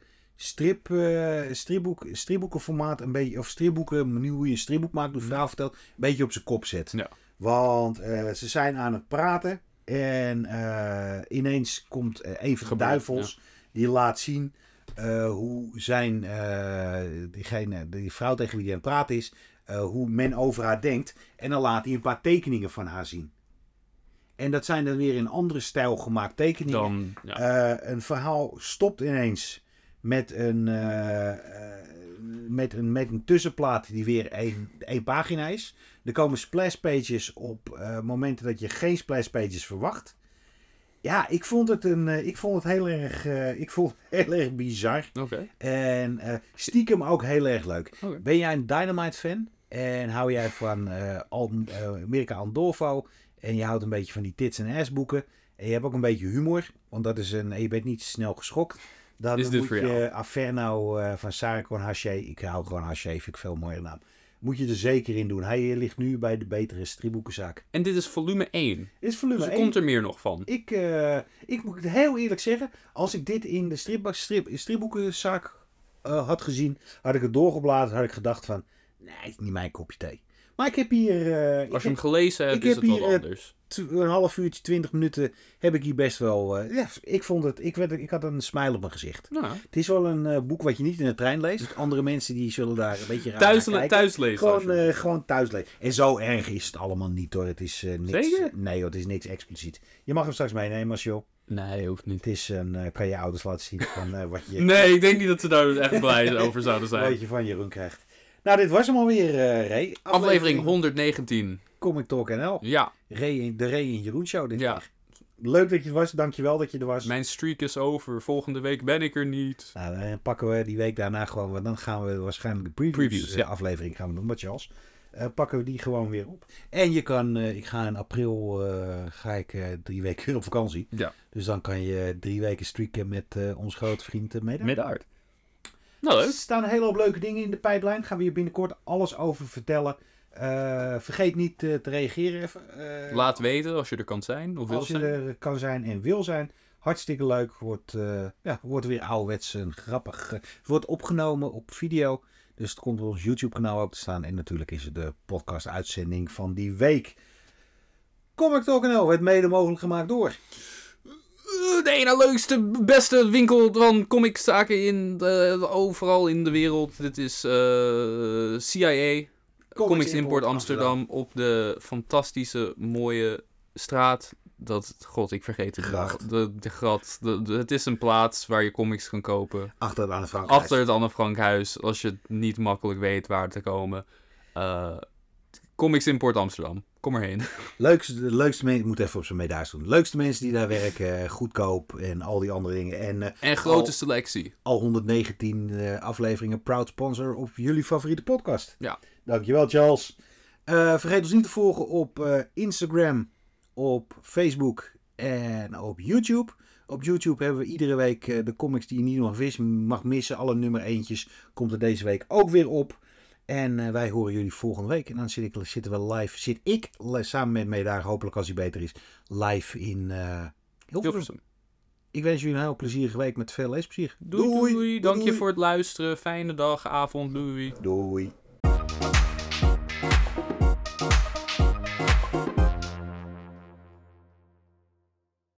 stripboekenformaat een beetje... Of stripboeken, hoe je een stripboek maakt, een verhaal vertelt, een beetje op zijn kop zet. Ja. Want ze zijn aan het praten. En ineens komt een van de duivels. Ja. Die laat zien hoe die vrouw tegen wie hij aan het praten is, hoe men over haar denkt. En dan laat hij een paar tekeningen van haar zien. En dat zijn dan weer in andere stijl gemaakt tekeningen. Een verhaal stopt ineens met een tussenplaat die weer één pagina is. Er komen splash pages op momenten dat je geen splash pages verwacht. Ja, ik vond het heel erg bizar. Okay. En stiekem ook heel erg leuk. Okay. Ben jij een Dynamite fan? En hou jij van Mirka Andolfo? En je houdt een beetje van die tits en ass boeken. En je hebt ook een beetje humor. Want dat is je bent niet snel geschokt. Dan moet je Averno van Sarah Haché. Ik hou gewoon Haché, vind ik veel mooier naam. Moet je er zeker in doen. Hij ligt nu bij de betere stripboekenzaak. En dit is volume 1. Dit is volume 1. Dus komt er meer nog van. Ik moet het heel eerlijk zeggen. Als ik dit in de stripboekenzaak had gezien, had ik het doorgebladerd, had ik gedacht van, nee, het is niet mijn kopje thee. Maar ik heb hier... Als je hem gelezen hebt, is het wel anders. Een half uurtje, 20 minuten heb ik hier best wel... ik had een smile op mijn gezicht. Nou. Het is wel een boek wat je niet in de trein leest. Andere mensen die zullen daar een beetje raar thuis lezen. Gewoon thuis lezen. En zo erg is het allemaal niet hoor. Het is niks... Zeker? Nee hoor, het is niks expliciet. Je mag hem straks meenemen als je... Nee, hoeft niet. Het is kan je ouders laten zien van wat je... Nee, ik denk niet dat ze daar echt blij over zouden zijn. Wat je van Jeroen krijgt. Nou, dit was hem alweer, Ray. Aflevering 119. Comic Talk NL. Ja. De Ray en Jeroen show dit keer. Leuk dat je er was. Dankjewel dat je er was. Mijn streak is over. Volgende week ben ik er niet. Nou, dan pakken we die week daarna gewoon... Want dan gaan we waarschijnlijk de previews aflevering gaan we doen. Wat Charles. Pakken we die gewoon weer op. En je kan... ik ga in april... ga ik 3 weken weer op vakantie. Ja. Dus dan kan je 3 weken streaken met onze grote vriend Medaard. Nou, leuk. Er staan een hele hoop leuke dingen in de pijplijn. Gaan we je binnenkort alles over vertellen. Vergeet niet te reageren even. Laat weten als je er kan zijn of wil zijn. Als je er kan zijn en wil zijn. Hartstikke leuk. Wordt weer ouderwets en grappig. Het wordt opgenomen op video. Dus het komt op ons YouTube kanaal ook te staan. En natuurlijk is het de podcast uitzending van die week. Comic Talk NL werd mede mogelijk gemaakt door... De ene leukste, beste winkel van comicszaken overal in de wereld. Dit is CIA, Comics Import Amsterdam, op de fantastische, mooie straat. God, ik vergeet het. Gracht. De gracht. Het is een plaats waar je comics kan kopen. Achter het Anne Frankhuis. Achter het Anne Frankhuis, als je niet makkelijk weet waar te komen. Comics Import Amsterdam. Kom erheen. Leukste mensen, ik moet even op zijn medailles doen. Leukste mensen die daar werken, goedkoop en al die andere dingen. En grote selectie. Al 119 afleveringen proud sponsor op jullie favoriete podcast. Ja. Dankjewel Charles. Vergeet ons niet te volgen op Instagram, op Facebook en op YouTube. Op YouTube hebben we iedere week de comics die je niet mag missen. Alle nummer 1'tjes komt er deze week ook weer op. En wij horen jullie volgende week. En dan zit ik samen met Meedaar, hopelijk als hij beter is, live in Hilversum. Ik wens jullie een heel plezierige week met veel leesplezier. Doei. Dank je voor het luisteren. Fijne dag, avond. Doei. Doei.